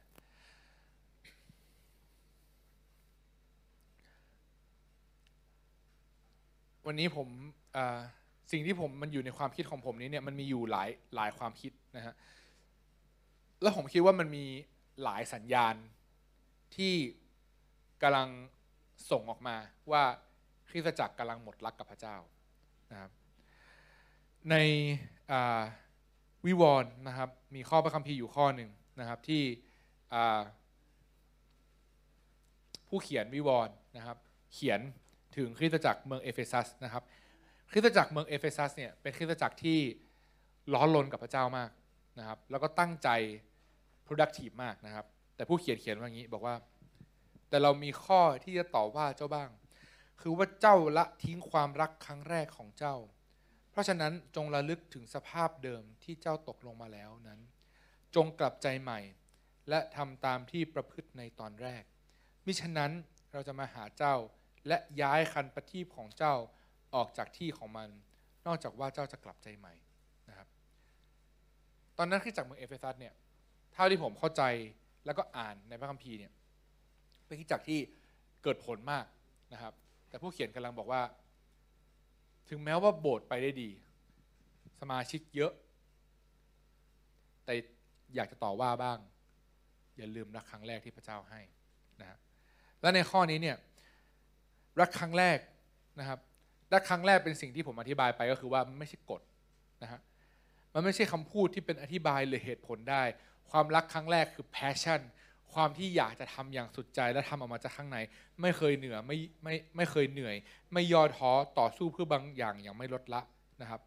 วันนี้ผมสิ่งที่ผมมันอยู่ในความคิดของผมนี้เนี่ยมันมีอยู่หลายหลายความคิดนะฮะแล้วผมคิดว่ามันมีหลายสัญญาณที่กำลังส่งออกมาว่าคริสตจักรกำลังหมดรักกับพระเจ้านะครับในวิวรณ์นะครับมีข้อพระคัมภีร์อยู่ข้อหนึ่งนะครับที่ผู้เขียนวิวรณ์นะครับเขียนถึงคริสตจักรเมืองเอเฟซัสนะครับคริสตจักรเมืองเอเฟซัสเนี่ยเป็นคริสตจักรที่ร้อนรนกับพระเจ้ามากนะครับแล้วก็ตั้งใจ productive มากนะครับแต่ผู้เขียนเขียนว่าอย่างนี้บอกว่าแต่เรามีข้อที่จะต่อว่าเจ้าบ้างคือว่าเจ้าละทิ้งความรักครั้งแรกของเจ้าเพราะฉะนั้นจงระลึกถึงสภาพเดิมที่เจ้าตกลงมาแล้วนั้นจงกลับใจใหม่และทำตามที่ประพฤติในตอนแรกมิฉะนั้นเราจะมาหาเจ้าและย้ายคันประทีปของเจ้าออกจากที่ของมันนอกจากว่าเจ้าจะกลับใจใหม่นะครับตอนนั้นคริสตจักรเมืองเอเฟซัสเนี่ยเท่าที่ผมเข้าใจแล้วก็อ่านในพระคัมภีร์เนี่ยเป็นคริสตจักรที่เกิดผลมากนะครับแต่ผู้เขียนกำลังบอกว่าถึงแม้ว่าโบสถ์ไปได้ดีสมาชิกเยอะแต่อยากจะต่อว่าบ้างอย่าลืมรักครั้งแรกที่พระเจ้าให้นะฮะและในข้อนี้เนี่ยรักครั้งแรกนะครับรักครั้งแรกเป็นสิ่งที่ผมอธิบายไปก็คือว่ามันไม่ใช่กฎนะฮะมันไม่ใช่คำพูดที่เป็นอธิบายหรือเหตุผลได้ความรักครั้งแรกคือ passion ความที่อยากจะทำอย่างสุดใจและทำออกมาจากข้างในไม่เคยเหนื่อยไม่ไม่ไม่เคยเหนื่อยไม่ย่อท้อต่อสู้เพื่อบางอย่างอย่างไม่ลดละนะครับ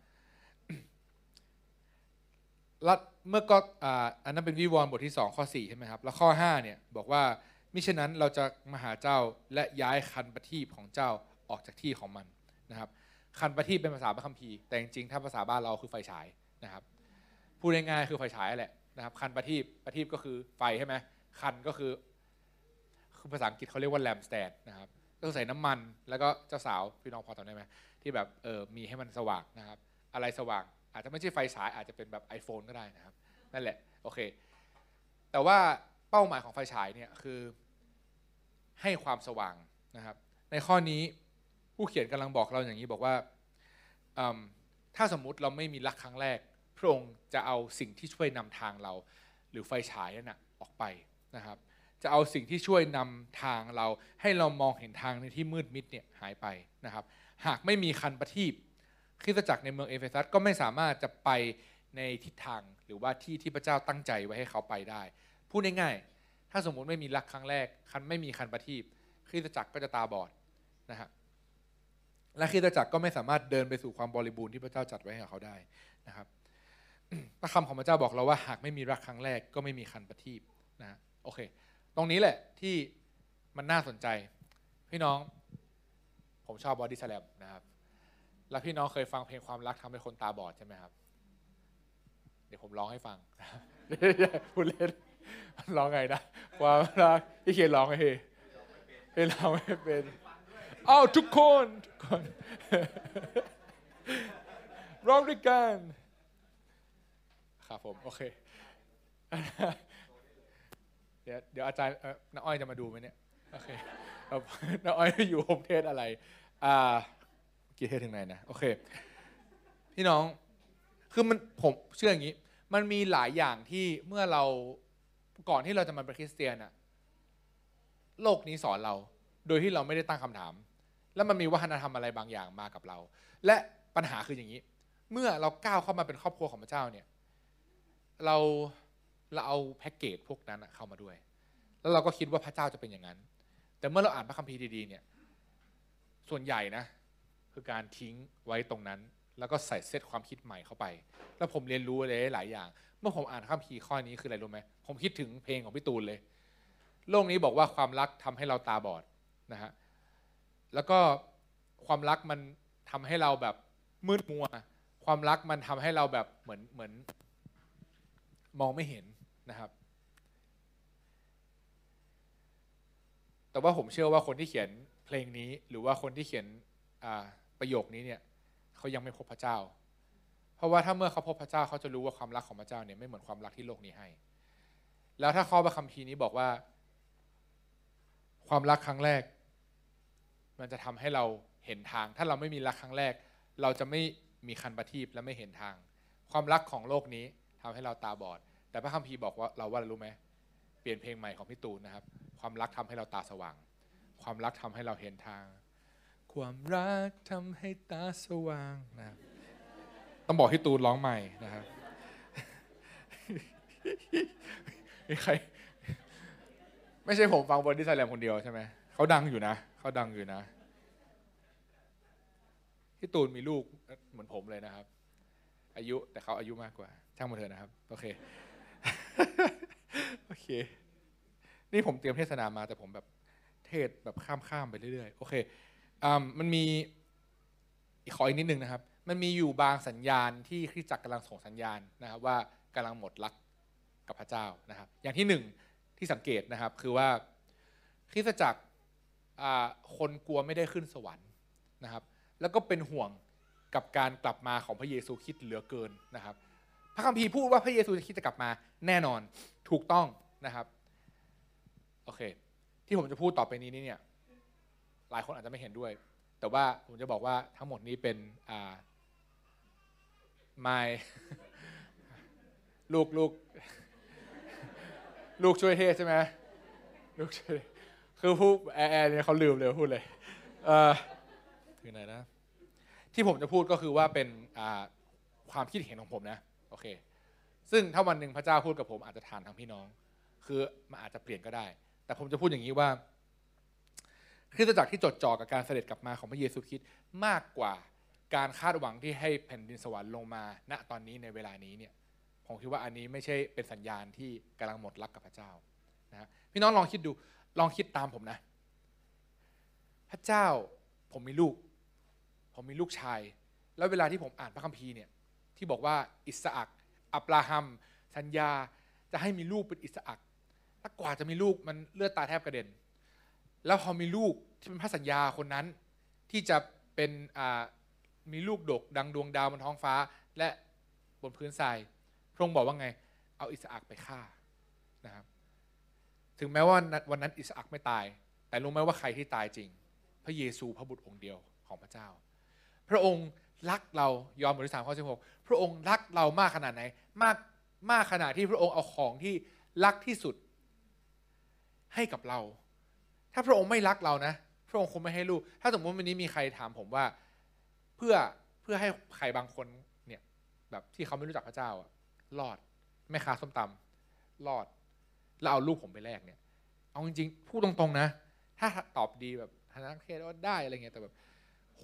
และเมื่อก็อ่าอันนั้นเป็นวิวรณ์บทที่สองข้อสี่ใช่ไหมครับแล้วข้อห้าเนี่ยบอกว่ามิฉะนั้นเราจะมาหาเจ้าและย้ายคันประทีปของเจ้าออกจากที่ของมันนะครับคันประทีปเป็นภาษาพระคัมภีร์แต่จริงๆถ้าภาษาบ้านเราคือไฟฉายนะครับพูดง่ายๆคือไฟฉายแหละนะครับคันประทีปประทีปก็คือไฟใช่ไหมคันก็คือคือภาษาอังกฤษเขาเรียกว่าแลมสแตนนะครับก็ใส่น้ำมันแล้วก็เจ้าสาวพี่น้องพอจำได้ไหมที่แบบเออมีให้มันสว่างนะครับอะไรสว่างอาจจะไม่ใช่ไฟฉายอาจจะเป็นแบบ iPhone ก็ได้นะครับนั่นแหละโอเคแต่ว่าเป้าหมายของไฟฉายเนี่ยคือให้ความสว่างนะครับในข้อนี้ผู้เขียนกำลังบอกเราอย่างนี้บอกว่าถ้าสมมุติเราไม่มีรักครั้งแรกพระองค์จะเอาสิ่งที่ช่วยนำทางเราหรือไฟฉายนั่นนะออกไปนะครับจะเอาสิ่งที่ช่วยนำทางเราให้เรามองเห็นทางในที่มืดมิดเนี่ยหายไปนะครับหากไม่มีคันประทีปคริสตจักรในเมืองเอเฟซัสก็ไม่สามารถจะไปในทิศทางหรือว่าที่ที่พระเจ้าตั้งใจไว้ให้เขาไปได้พูดง่ายๆถ้าสมมุติไม่มีรักครั้งแรกคันไม่มีคันประทีปคริสตจักรก็จะตาบอดนะฮะและคริสตจักรก็ไม่สามารถเดินไปสู่ความบริบูรณ์ที่พระเจ้าจัดไว้ให้เขาได้นะครับพระคำของพระเจ้าบอกเราว่าหากไม่มีรักครั้งแรกก็ไม่มีคันประทีปนะโอเคตรงนี้แหละที่มันน่าสนใจพี่น้องผมชอบบอดี้สแลมนะครับแล้วพี่น้องเคยฟังเพลงความรักทำให้คนตาบอดใช่ไหมครับเดี๋ยวผมร้องให้ฟังพูดเล่นร้องไงนะความรักที่เขียนร้องไงเฮ้เฮ้ร้องไม่เป็นอ้าวทุกคนทุกคนร้องด้วยกันครับผมโอเคเดี๋ยวเดี๋ยวอาจารย์น้าอ้อยจะมาดูไหมเนี่ยโอเคน้าอ้อยอยู่โฮมเทสอะไรอ่ากี่เทสถึงไหนนะโอเคพี่น้องคือมันผมเชื่ออย่างนี้มันมีหลายอย่างที่เมื่อเราก่อนที่เราจะมาเป็นคริสเตียนอะโลกนี้สอนเราโดยที่เราไม่ได้ตั้งคำถามแล้วมันมีวัฒนธรรมอะไรบางอย่างมากับเราและปัญหาคืออย่างนี้เมื่อเราก้าวเข้ามาเป็นครอบครัวของพระเจ้าเนี่ยเราเราเอาแพ็กเกจพวกนั้นเข้ามาด้วยแล้วเราก็คิดว่าพระเจ้าจะเป็นอย่างนั้นแต่เมื่อเราอ่านพระคัมภีร์ดีๆเนี่ยส่วนใหญ่นะคือการทิ้งไว้ตรงนั้นแล้วก็ใส่เซตความคิดใหม่เข้าไปแล้วผมเรียนรู้อะไรหลายอย่างเมื่อผมอ่านพระคัมภีร์ข้อนี้คืออะไรรู้ไหมผมคิดถึงเพลงของพี่ตูนเลยโลกนี้บอกว่าความรักทำให้เราตาบอดนะฮะแล้วก็ความรักมันทำให้เราแบบมืดมัวความรักมันทำให้เราแบบเหมือนเหมือนมองไม่เห็นนะครับแต่ว่าผมเชื่อว่าคนที่เขียนเพลงนี้หรือว่าคนที่เขียนประโยคนี้เนี่ยเขายังไม่พบพระเจ้าเพราะว่าถ้าเมื่อเขาพบพระเจ้าเขาจะรู้ว่าความรักของพระเจ้าเนี่ยไม่เหมือนความรักที่โลกนี้ให้แล้วถ้าข้อพระคัมภีร์นี้บอกว่าความรักครั้งแรกมันจะทำให้เราเห็นทางถ้าเราไม่มีรักครั้งแรกเราจะไม่มีคันประทีปและไม่เห็นทางความรักของโลกนี้ทำให้เราตาบอดแต่พระคัมภีร์บอกว่าเราว่ารู้ไหมเปลี่ยนเพลงใหม่ของพี่ตูนนะครับความรักทำให้เราตาสว่างความรักทำให้เราเห็นทางความรักทำให้ตาสว่างนะต้องบอกพี่ตูนร้องใหม่นะครับมีใครไม่ใช่ผมฟังบอดี้สแลมคนเดียวใช่ไหมเขาดังอยู่นะเขาดังอยู่นะพี่ตูนมีลูกเหมือนผมเลยนะครับอายุแต่เขาอายุมากกว่าช่างมันเถอะนะครับโอเค โอเคนี่ผมเตรียมเทศนามาแต่ผมแบบเทศแบบข้ามๆไปเรื่อยๆโอเคอ่ามันมีขออีกนิดนึงนะครับมันมีอยู่บางสัญญาณที่คริสตจักรกำลังส่งสัญญาณนะครับว่ากำลังหมดรักกับพระเจ้านะครับอย่างที่หนึ่งที่สังเกตนะครับคือว่าคริสตจักรคนกลัวไม่ได้ขึ้นสวรรค์นะครับแล้วก็เป็นห่วงกับการกลับมาของพระเยซูคริสต์เหลือเกินนะครับพระคัมภีร์พูดว่าพระเยซูคริสต์จะกลับมาแน่นอนถูกต้องนะครับโอเคที่ผมจะพูดต่อไปนี้เนี่ยหลายคนอาจจะไม่เห็นด้วยแต่ว่าผมจะบอกว่าทั้งหมดนี้เป็นอ่า my ลูกลูกลูกช่วยเทศใช่ไหมลูกช่วยคือผู้แอร์เนี่ยเขาลืมเลยพูดเลยเอ่อถึงไหนนะที่ผมจะพูดก็คือว่าเป็นความคิดเห็นของผมนะโอเคซึ่งถ้าวันหนึ่งพระเจ้าพูดกับผมอาจจะทานทั้งพี่น้องคือมันอาจจะเปลี่ยนก็ได้แต่ผมจะพูดอย่างนี้ว่าคริสตจักรที่จดจ่อกับการเสด็จกลับมาของพระเยซูคริสต์มากกว่าการคาดหวังที่ให้แผ่นดินสวรรค์ลงมาณตอนนี้ในเวลานี้เนี่ยผมคิดว่าอันนี้ไม่ใช่เป็นสัญญาณที่กำลังหมดรักกับพระเจ้านะพี่น้องลองคิดดูลองคิดตามผมนะพระเจ้าผมมีลูกผมมีลูกชายแล้วเวลาที่ผมอ่านพระคัมภีร์เนี่ยที่บอกว่าอิสอัคอับราฮัมสัญญาจะให้มีลูกเป็นอิสอัคถ้ากว่าจะมีลูกมันเลือดตาแทบกระเด็นแล้วพอมีลูกที่เป็นพระสัญญาคนนั้นที่จะเป็นมีลูกดกดังดวงดาวบนท้องฟ้าและบนพื้นทรายพระองค์บอกว่าไงเอาอิสอัคไปฆ่านะครับถึงแม้ว่าวันนั้นอิสอัคไม่ตายแต่รู้ไหมว่าใครที่ตายจริงพระเยซูพระบุตรองค์เดียวของพระเจ้าพระองค์รักเรายอห์นบทที่สามข้อสิบหกพระองค์รักเรามากขนาดไหนมากมากขนาดที่พระองค์เอาของที่รักที่สุดให้กับเราถ้าพระองค์ไม่รักเรานะพระองค์คงไม่ให้ลูกถ้าสมมติวันนี้มีใครถามผมว่าเพื่อเพื่อให้ใครบางคนเนี่ยแบบที่เขาไม่รู้จักพระเจ้าอะรอดแม่ค้าส้มตำรอดแล้วเอาลูกผมไปแลกเนี่ยเอาจริงๆพูดตรงๆนะถ้าตอบดีแบบทางนักเทศว่าได้อะไรเงี้ยแต่แบบโห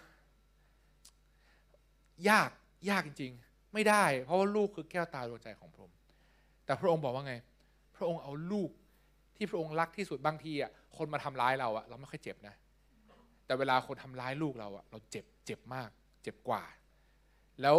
ยากยากจริงๆไม่ได้เพราะว่าลูกคือแก้วตาดวงใจของพระองค์แต่พระองค์บอกว่าไงพระองค์เอาลูกที่พระองค์รักที่สุดบางทีอ่ะคนมาทำร้ายเราอ่ะเราไม่ค่อยเจ็บนะแต่เวลาคนทำร้ายลูกเราอ่ะเราเจ็บเจ็บมากเจ็บกว่าแล้ว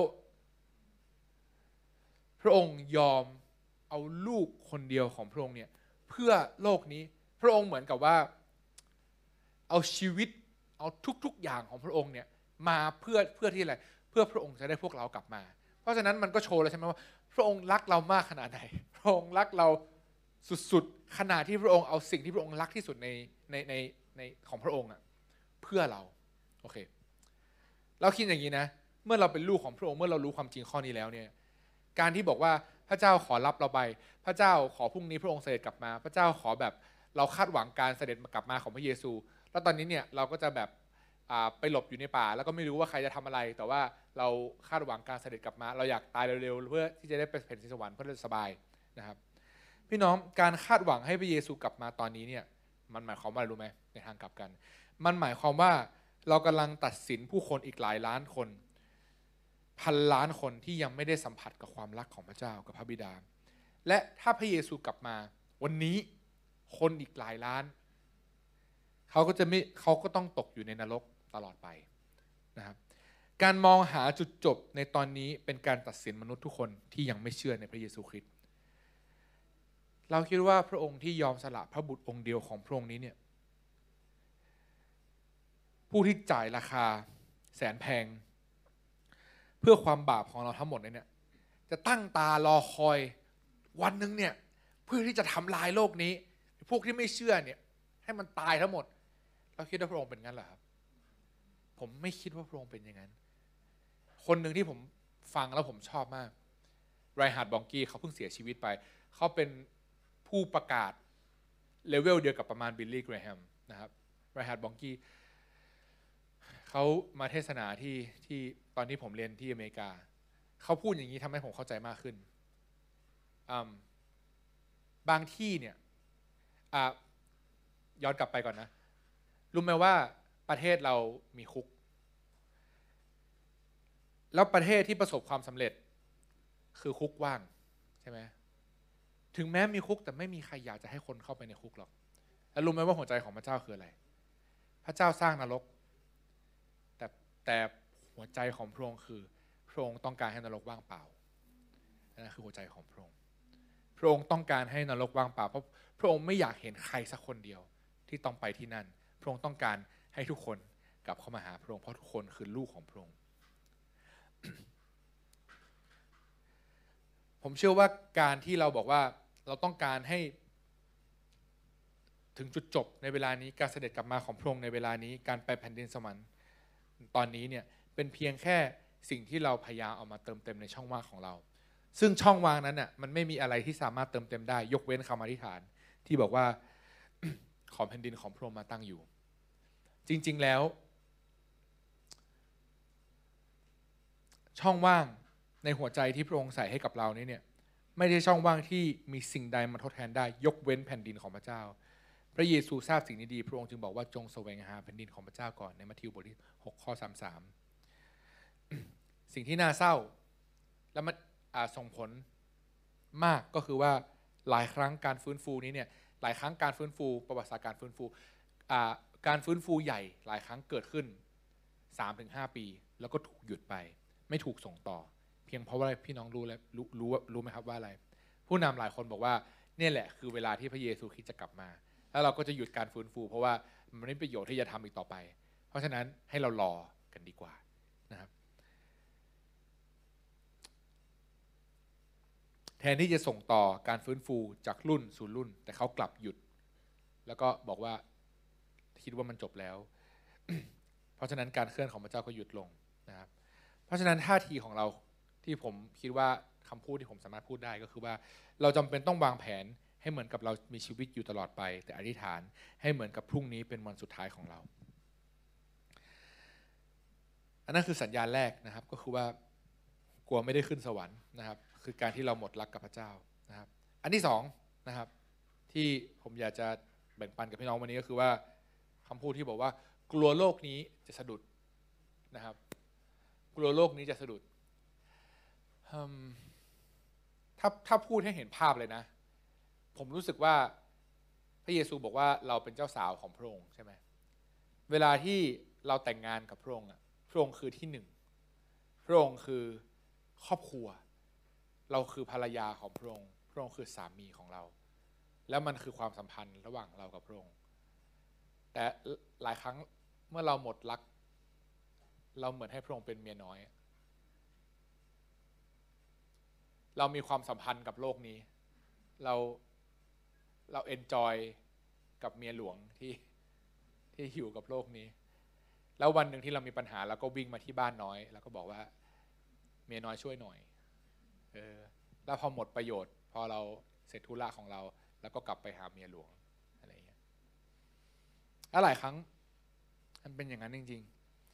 พระองค์ยอมเอาลูกคนเดียวของพระองค์เนี่ยเพื่อโลกนี้พระองค์เหมือนกับว่าเอาชีวิตเอาทุกๆอย่างของพระองค์เนี่ยมาเพื่อเพื่อที่อะไรเพื่อพระองค์จะได้พวกเรากลับมาเพราะฉะนั้นมันก็โชว์แล้วใช่ไหมว่าพระองค์รักเรามากขนาดไหนพระองค์รักเราสุดๆขนาดที่พระองค์เอาสิ่งที่พระองค์รักที่สุดในในในในของพระองค์อ่ะเพื่อเราโอเคเราคิดอย่างนี้นะเมื่อเราเป็นลูกของพระองค์เมื่อเรารู้ความจริงข้อนี้แล้วเนี่ยการที่บอกว่าพระเจ้าขอรับเราไปพระเจ้าขอพรุ่งนี้พระองค์เสด็จกลับมาพระเจ้าขอแบบเราคาดหวังการเสด็จกลับมาของพระเยซูแล้วตอนนี้เนี่ยเราก็จะแบบไปหลบอยู่ในป่าแล้วก็ไม่รู้ว่าใครจะทำอะไรแต่ว่าเราคาดหวังการเสด็จกลับมาเราอยากตายเร็วๆเพื่อที่จะได้ไปแผ่นดินสวรรค์เพื่อจะสบายนะครับพี่น้องการคาดหวังให้พระเยซูกลับมาตอนนี้เนี่ยมันหมายความว่าอะไรรู้ไหมในทางกลับกันมันหมายความว่าเรากำลังตัดสินผู้คนอีกหลายล้านคนพันล้านคนที่ยังไม่ได้สัมผัสกับความรักของพระเจ้ากับพระบิดาและถ้าพระเยซูกลับมาวันนี้คนอีกหลายล้านเขาก็จะไม่เขาก็ต้องตกอยู่ในนรกตลอดไปนะครับการมองหาจุดจบในตอนนี้เป็นการตัดสินมนุษย์ทุกคนที่ยังไม่เชื่อในพระเยซูคริสต์เราคิดว่าพระองค์ที่ยอมสละพระบุตรองค์เดียวของพระองค์นี้เนี่ยผู้ที่จ่ายราคาแสนแพงเพื่อความบาปของเราทั้งหมดเนี่ยจะตั้งตารอคอยวันหนึ่งเนี่ยเพื่อที่จะทำลายโลกนี้พวกที่ไม่เชื่อเนี่ยให้มันตายทั้งหมดเราคิดว่าพระองค์เป็นงั้นเหรอครับผมไม่คิดว่าพระองค์เป็นอย่างนั้นคนหนึ่งที่ผมฟังแล้วผมชอบมากไรฮาร์ดบองกี้เขาเพิ่งเสียชีวิตไปเขาเป็นผู้ประกาศเลเวลเดียวกับประมาณบิลลี่ เกรแฮมนะครับไรฮาร์ดบองกี้เขามาเทศนาที่ที่ตอนที่ผมเรียนที่อเมริกาเขาพูดอย่างนี้ทำให้ผมเข้าใจมากขึ้นบางที่เนี่ยย้อนกลับไปก่อนนะรู้ไหมว่าประเทศเรามีคุกแล้วประเทศที่ประสบความสำเร็จคือคุกว่างใช่ไหมถึงแม้มีคุกแต่ไม่มีใครอยากจะให้คนเข้าไปในคุกหรอกแล้วรู้ไหมว่าหัวใจของพระเจ้าคืออะไรพระเจ้าสร้างนรกแต่แต่หัวใจของพระองค์คือพระองค์ต้องการให้นรกว่างเปล่านั่นคือหัวใจของพระองค์พระองค์ต้องการให้นรกว่างเปล่าเพราะพระองค์ไม่อยากเห็นใครสักคนเดียวที่ต้องไปที่นั่นพระองค์ต้องการให้ทุกคนกลับเข้ามาหาพระองค์เพราะทุกคนคือลูกของพระองค์ ผมเชื่อว่าการที่เราบอกว่าเราต้องการให้ถึงจุดจบในเวลานี้การเสด็จกลับมาของพระองค์ในเวลานี้การไปแผ่นดินสวรรค์ตอนนี้เนี่ยเป็นเพียงแค่สิ่งที่เราพยายามเอามาเติมเต็มในช่องว่างของเราซึ่งช่องว่างนั้นน่ะมันไม่มีอะไรที่สามารถเติมเต็มได้ยกเว้นคำอธิษฐานที่บอกว่า ขอแผ่นดินของพระองค์มาตั้งอยู่จริงๆแล้วช่องว่างในหัวใจที่พระองค์ใส่ให้กับเรานี้เนี่ยไม่ใช่ช่องว่างที่มีสิ่งใดมาทดแทนได้ยกเว้นแผ่นดินของพระเจ้าพระเยซูทราบสิ่งนี้ดีพระองค์จึงบอกว่าจงแสวงหาแผ่นดินของพระเจ้าก่อนในมัทธิวบทที่หกข้อสามสิบสามสิ่งที่น่าเศร้าและมันส่งผลมากก็คือว่าหลายครั้งการฟื้นฟูนี้เนี่ยหลายครั้งการฟื้นฟูประวัติศาสตร์การฟื้นฟูการฟื้นฟูใหญ่หลายครั้งเกิดขึ้น สามถึงห้า ปีแล้วก็ถูกหยุดไปไม่ถูกส่งต่อเพียงเพราะว่าพี่น้องรู้แล้วรู้รู้รู้ไหมครับว่าอะไรผู้นำหลายคนบอกว่าเนี่ยแหละคือเวลาที่พระเยซูคริสต์จะกลับมาแล้วเราก็จะหยุดการฟื้นฟูเพราะว่ามันไม่มีประโยชน์ที่จะทำอีกต่อไปเพราะฉะนั้นให้เรารอกันดีกว่านะครับแทนที่จะส่งต่อการฟื้นฟูจากรุ่นสู่รุ่นแต่เขากลับหยุดแล้วก็บอกว่าคิดว่ามันจบแล้ว เพราะฉะนั้นการเคลื่อนของพระเจ้าก็หยุดลงนะครับเพราะฉะนั้นท่าทีของเราที่ผมคิดว่าคำพูดที่ผมสามารถพูดได้ก็คือว่าเราจำเป็นต้องวางแผนให้เหมือนกับเรามีชีวิตอยู่ตลอดไปแต่อธิษฐานให้เหมือนกับพรุ่งนี้เป็นวันสุดท้ายของเราอันนั้นคือสัญญาณแรกนะครับก็คือว่ากลัวไม่ได้ขึ้นสวรรค์นะครับคือการที่เราหมดรักกับพระเจ้านะครับอันที่สองนะครับที่ผมอยากจะแบ่งปันกับพี่น้องวันนี้ก็คือว่าคำพูดที่บอกว่ากลัวโลกนี้จะสะดุดนะครับกลัวโลกนี้จะสะดุดถ้าถ้าพูดให้เห็นภาพเลยนะผมรู้สึกว่าพระเยซูบอกว่าเราเป็นเจ้าสาวของพระองค์ใช่ไหมเวลาที่เราแต่งงานกับพระองค์อะพระองค์คือที่หนึ่งพระองค์คือครอบครัวเราคือภรรยาของพระองค์พระองค์คือสามีของเราแล้วมันคือความสัมพันธ์ระหว่างเรากับพระองค์แต่หลายครั้งเมื่อเราหมดรักเราเหมือนให้พระองค์เป็นเมียน้อยเรามีความสัมพันธ์กับโลกนี้เราเราเอนจอยกับเมียหลวงที่ที่อยู่กับโลกนี้แล้ววันหนึ่งที่เรามีปัญหาเราก็วิ่งมาที่บ้านน้อยแล้วก็บอกว่าเมียน้อยช่วยหน่อยเออแล้วพอหมดประโยชน์พอเราเสร็จธุระของเราแล้วก็กลับไปหาเมียหลวงอะไรอย่างเงี้ยแล้วหลายครั้งมันเป็นอย่างนั้นจริง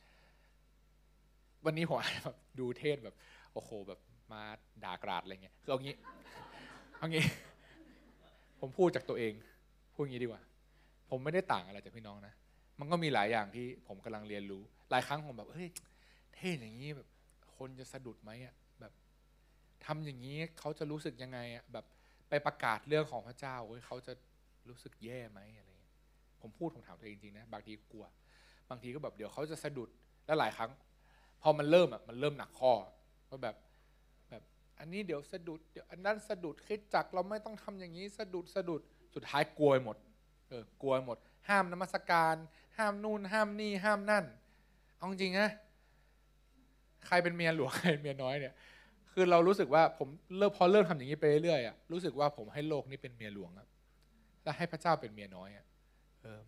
ๆวันนี้ผมแบบดูเทศแบบโอ้โหแบบมาด่ากราดอะไรเงี้ยคือเอางี้เอางี้ผมพูดจากตัวเองพูดงี้ดีกว่าผมไม่ได้ต่างอะไรจากพี่น้องนะมันก็มีหลายอย่างที่ผมกำลังเรียนรู้หลายครั้งผมแบบเฮ้ยเทศอย่างนี้แบบคนจะสะดุดไหมอ่ะแบบทำอย่างนี้เขาจะรู้สึกยังไงอ่ะแบบไปประกาศเรื่องของพระเจ้าเฮ้ยเขาจะรู้สึกแย่ไหมอะไรเงี้ยผมพูดผมถามตัวเองจริงๆนะบางทีกลัวบางทีก็แบบเดี๋ยวเขาจะสะดุดแล้วหลายครั้งพอมันเริ่มอ่ะมันเริ่มหนักข้อว่าแบบแบบอันนี้เดี๋ยวสะดุดเดี๋ยวอันนั้นสะดุดคิดจักเราไม่ต้องทำอย่างนี้สะดุดสะดุดสุดท้ายกลัวหมดเออกลัวหมดห้ามนมัสการห้ามนู่นห้ามนี่ห้ามนั่นเอาจริงนะใครเป็นเมียหลวงใครเป็นเมียน้อยเนี่ยคือเรารู้สึกว่าผมเริ่มพอเริ่มทำอย่างนี้ไปเรื่อยๆอ่ะรู้สึกว่าผมให้โลกนี้เป็นเมียหลวงอ่ะแล้วให้พระเจ้าเป็นเมียน้อยอ่ะเออ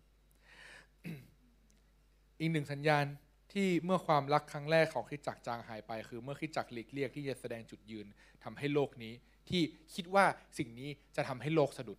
อีกหนึ่งสัญญาณที่เมื่อความรักครั้งแรกของคริสตจักรจางหายไปคือเมื่อคริสตจักรหลีกเลี่ยงที่จะแสดงจุดยืนทำให้โลกนี้ที่คิดว่าสิ่งนี้จะทำให้โลกสะดุด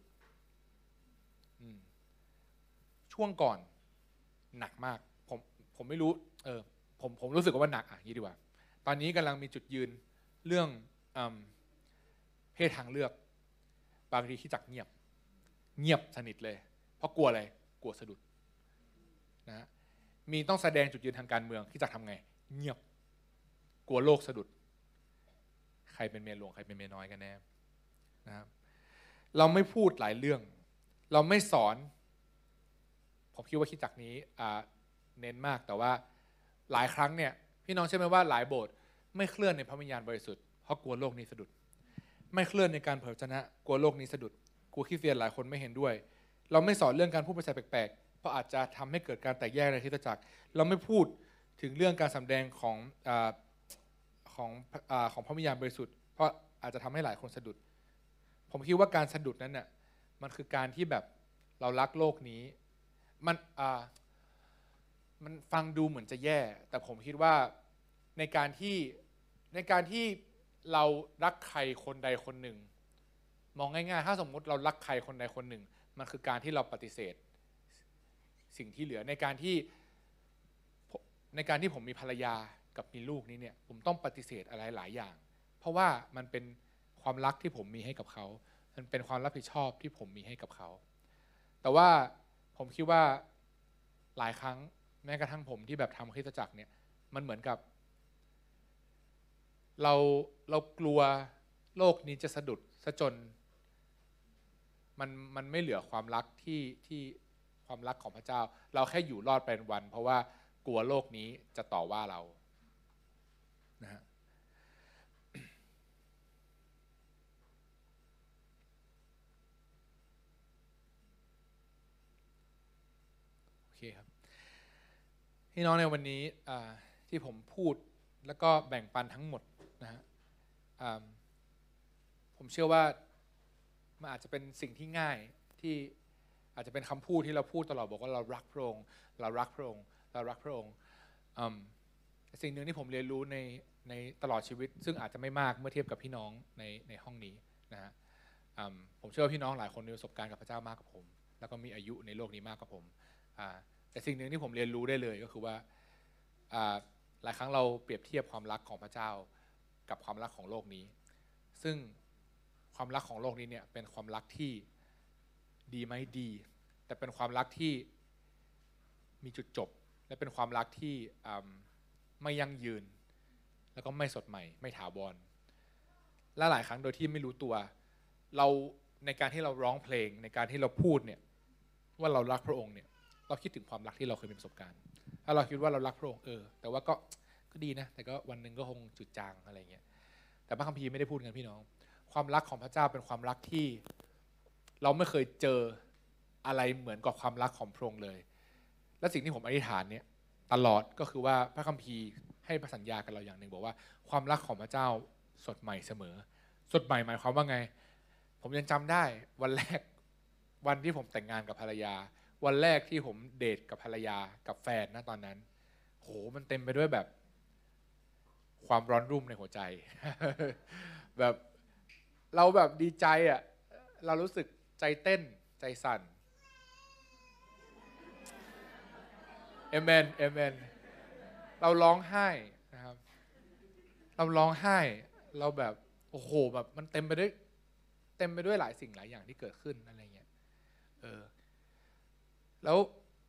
ช่วงก่อนหนักมากผมผมไม่รู้เออผมผมรู้สึกว่าหนักอ่ะยี่ดีกว่าตอนนี้กำลังมีจุดยืนเรื่องเพศทางเลือกบางทีคริสตจักรเงียบเงียบสนิทเลยเพราะกลัวอะไรกลัวสะดุดนะมีต้องแสดงจุดยืนทางการเมืองคริสตจักรทำไงเงียบกลัวโลกสะดุดใครเป็นเมียหลวงใครเป็นเมียน้อยกันแน่นะครับเราไม่พูดหลายเรื่องเราไม่สอนผมคิดว่าคิดจักนี้เน้นมากแต่ว่าหลายครั้งเนี่ยพี่น้องเชื่อไหมว่าหลายโบสถ์ไม่เคลื่อนในพระวิญญาณบริสุทธิ์เพราะกลัวโลกนี้สะดุดไม่เคลื่อนในการเผยพระวจนะกลัวโลกนี้สะดุดกลัวคริสเตียนหลายคนไม่เห็นด้วยเราไม่สอนเรื่องการพูดภาษาแปลกๆเพราะอาจจะทำให้เกิดการแตกแยกในคริสตจักรเราไม่พูดถึงเรื่องการสำแดงของของของพระวิญญาณบริสุทธิ์เพราะอาจจะทำให้หลายคนสะดุดผมคิดว่าการสะดุดนั้นน่ะมันคือการที่แบบเรารักโลกนี้มันอ่ามันฟังดูเหมือนจะแย่แต่ผมคิดว่าในการที่ในการที่เรารักใครคนใดคนหนึ่งมองง่ายๆถ้าสมมุติเรารักใครคนใดคนหนึ่งมันคือการที่เราปฏิเสธสิ่งที่เหลือในการที่ในการที่ผมมีภรรยากับมีลูกนี้เนี่ยผมต้องปฏิเสธอะไรหลายอย่างเพราะว่ามันเป็นความรักที่ผมมีให้กับเขามันเป็นความรับผิดชอบที่ผมมีให้กับเขาแต่ว่าผมคิดว่าหลายครั้งแม้กระทั่งผมที่แบบทำคริสตจักรเนี่ยมันเหมือนกับเราเรากลัวโลกนี้จะสะดุดซะจนมันมันไม่เหลือความรักที่ที่ความรักของพระเจ้าเราแค่อยู่รอดไปวันเพราะว่ากลัวโลกนี้จะต่อว่าเรานะฮะโอเคครับพี่น้องในวันนี้ที่ผมพูดแล้วก็แบ่งปันทั้งหมดนะฮะผมเชื่อว่ามันอาจจะเป็นสิ่งที่ง่ายที่อาจจะเป็นคำพูดที่เราพูดตลอดบอกว่าเรารักพระองค์เรารักพระองค์เรารักพระองค์สิ่งหนึ่งที่ผมเรียนรู้ในในตลอดชีวิตซึ่งอาจจะไม่มากเมื่อเทียบกับพี่น้องในในห้องนี้นะฮะผมเชื่อว่าพี่น้องหลายคนมีประสบการณ์กับพระเจ้ามากกว่าผมแล้วก็มีอายุในโลกนี้มากกว่าผมแต่สิ่งหนึ่งที่ผมเรียนรู้ได้เลยก็คือว่าหลายครั้งเราเปรียบเทียบความรักของพระเจ้ากับความรักของโลกนี้ซึ่งความรักของโลกนี้เนี่ยเป็นความรักที่ดีไหมดีแต่เป็นความรักที่มีจุดจบและเป็นความรักที่ไม่ยั่งยืนแล้วก็ไม่สดใหม่ไม่ถาวรและหลายครั้งโดยที่ไม่รู้ตัวเราในการที่เราร้องเพลงในการที่เราพูดเนี่ยว่าเรารักพระองค์เนี่ยเราคิดถึงความรักที่เราเคยมีประสบการณ์ถ้าเราคิดว่าเรารักพระองค์เออแต่ว่าก็ก็ดีนะแต่ก็วันหนึ่งก็คงจุดจางอะไรเงี้ยแต่พระคัมภีร์ไม่ได้พูดกันพี่น้องความรักของพระเจ้าเป็นความรักที่เราไม่เคยเจออะไรเหมือนกับความรักของพระองค์เลยและสิ่งที่ผมอธิษฐานเนี่ยตลอดก็คือว่าพระคัมภีร์ให้พระสัญญากับเราอย่างหนึ่งบอกว่าความรักของพระเจ้าสดใหม่เสมอสดใหม่หมายความว่าไงผมยังจำได้วันแรกวันที่ผมแต่งงานกับภรรยาวันแรกที่ผมเดทกับภรรยากับแฟนนะตอนนั้นโหมันเต็มไปด้วยแบบความร้อนรุ่มในหัวใจ แบบเราแบบดีใจอ่ะเรารู้สึกใจเต้นใจสั่นเอเมนเอเมนเราร้องไห้นะครับเราร้องไห้เราแบบโอ้โหแบบมันเต็มไปด้วยเต็มไปด้วยหลายสิ่งหลายอย่างที่เกิดขึ้นอะไรเงี้ยเออแล้ว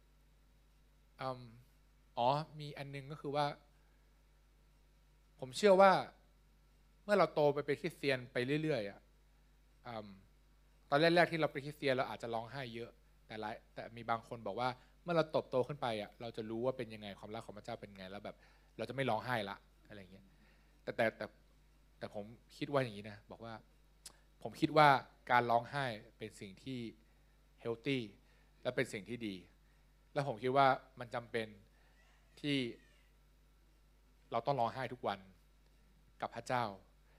อ๋อมีอันนึงก็คือว่าผมเชื่อว่าเมื่อเราโตไปเป็นคริสเตียนไปเรื่อยๆอ่ะตอนแรกๆที่เราเป็นคริสเตียนเราอาจจะร้องไห้เยอะแต่หลายแต่มีบางคนบอกว่าเมื่อเราโตโตขึ้นไปอ่ะเราจะรู้ว่าเป็นยังไงความรักของพระเจ้าเป็นไงแล้วแบบเราจะไม่ร้องไห้ละอะไรเงี้ยแต่แต่แต่แต่ผมคิดว่าอย่างนี้นะบอกว่าผมคิดว่าการร้องไห้เป็นสิ่งที่เฮลตี้และเป็นสิ่งที่ดีและผมคิดว่ามันจำเป็นที่เราต้องร้องไห้ทุกวันกับพระเจ้า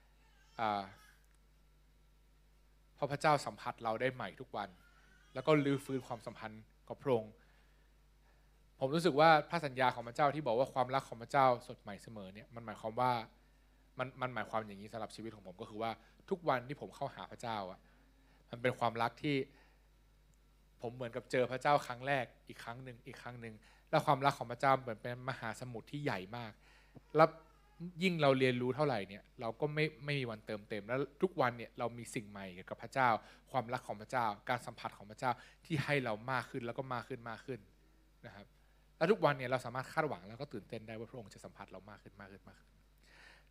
เพราะพระเจ้าสัมผัสเราได้ใหม่ทุกวันแล้วก็รื้อฟื้นความสัมพันธ์กับพระองค์ผมรู้สึกว่าพระสัญญาของพระเจ้าที่บอกว่าความรักของพระเจ้าสดใหม่เสมอเนี่ยมันหมายความว่ามันมันหมายความอย่างนี้สำหรับชีวิตของผมก็คือว่าทุกวันที่ผมเข้าหาพระเจ้าอ่ะมันเป็นความรักที่ผมเหมือนกับเจอพระเจ้าครั้งแรกอีกครั้งหนึ่งอีกครั้งหนึ่งและความรักของพระเจ้าเหมือนเป็นมหาสมุทรที่ใหญ่มากแล้วยิ่งเราเรียนรู้เท่าไหร่เนี่ยเราก็ไม่ไม่มีวันเติมเต็มแล้วทุกวันเนี่ยเรามีสิ่งใหม่เกี่ยวกับพระเจ้าความรักของพระเจ้าการสัมผัสของพระเจ้าที่ให้เรามากขึ้นแล้วก็มากขึ้นมากขึ้นนะครับและทุกวันเนี่ยเราสามารถคาดหวังแล้วก็ตื่นเต้นได้ว่าพระองค์จะสัมผัสเรามากขึ้นมากขึ้นมากขึ้น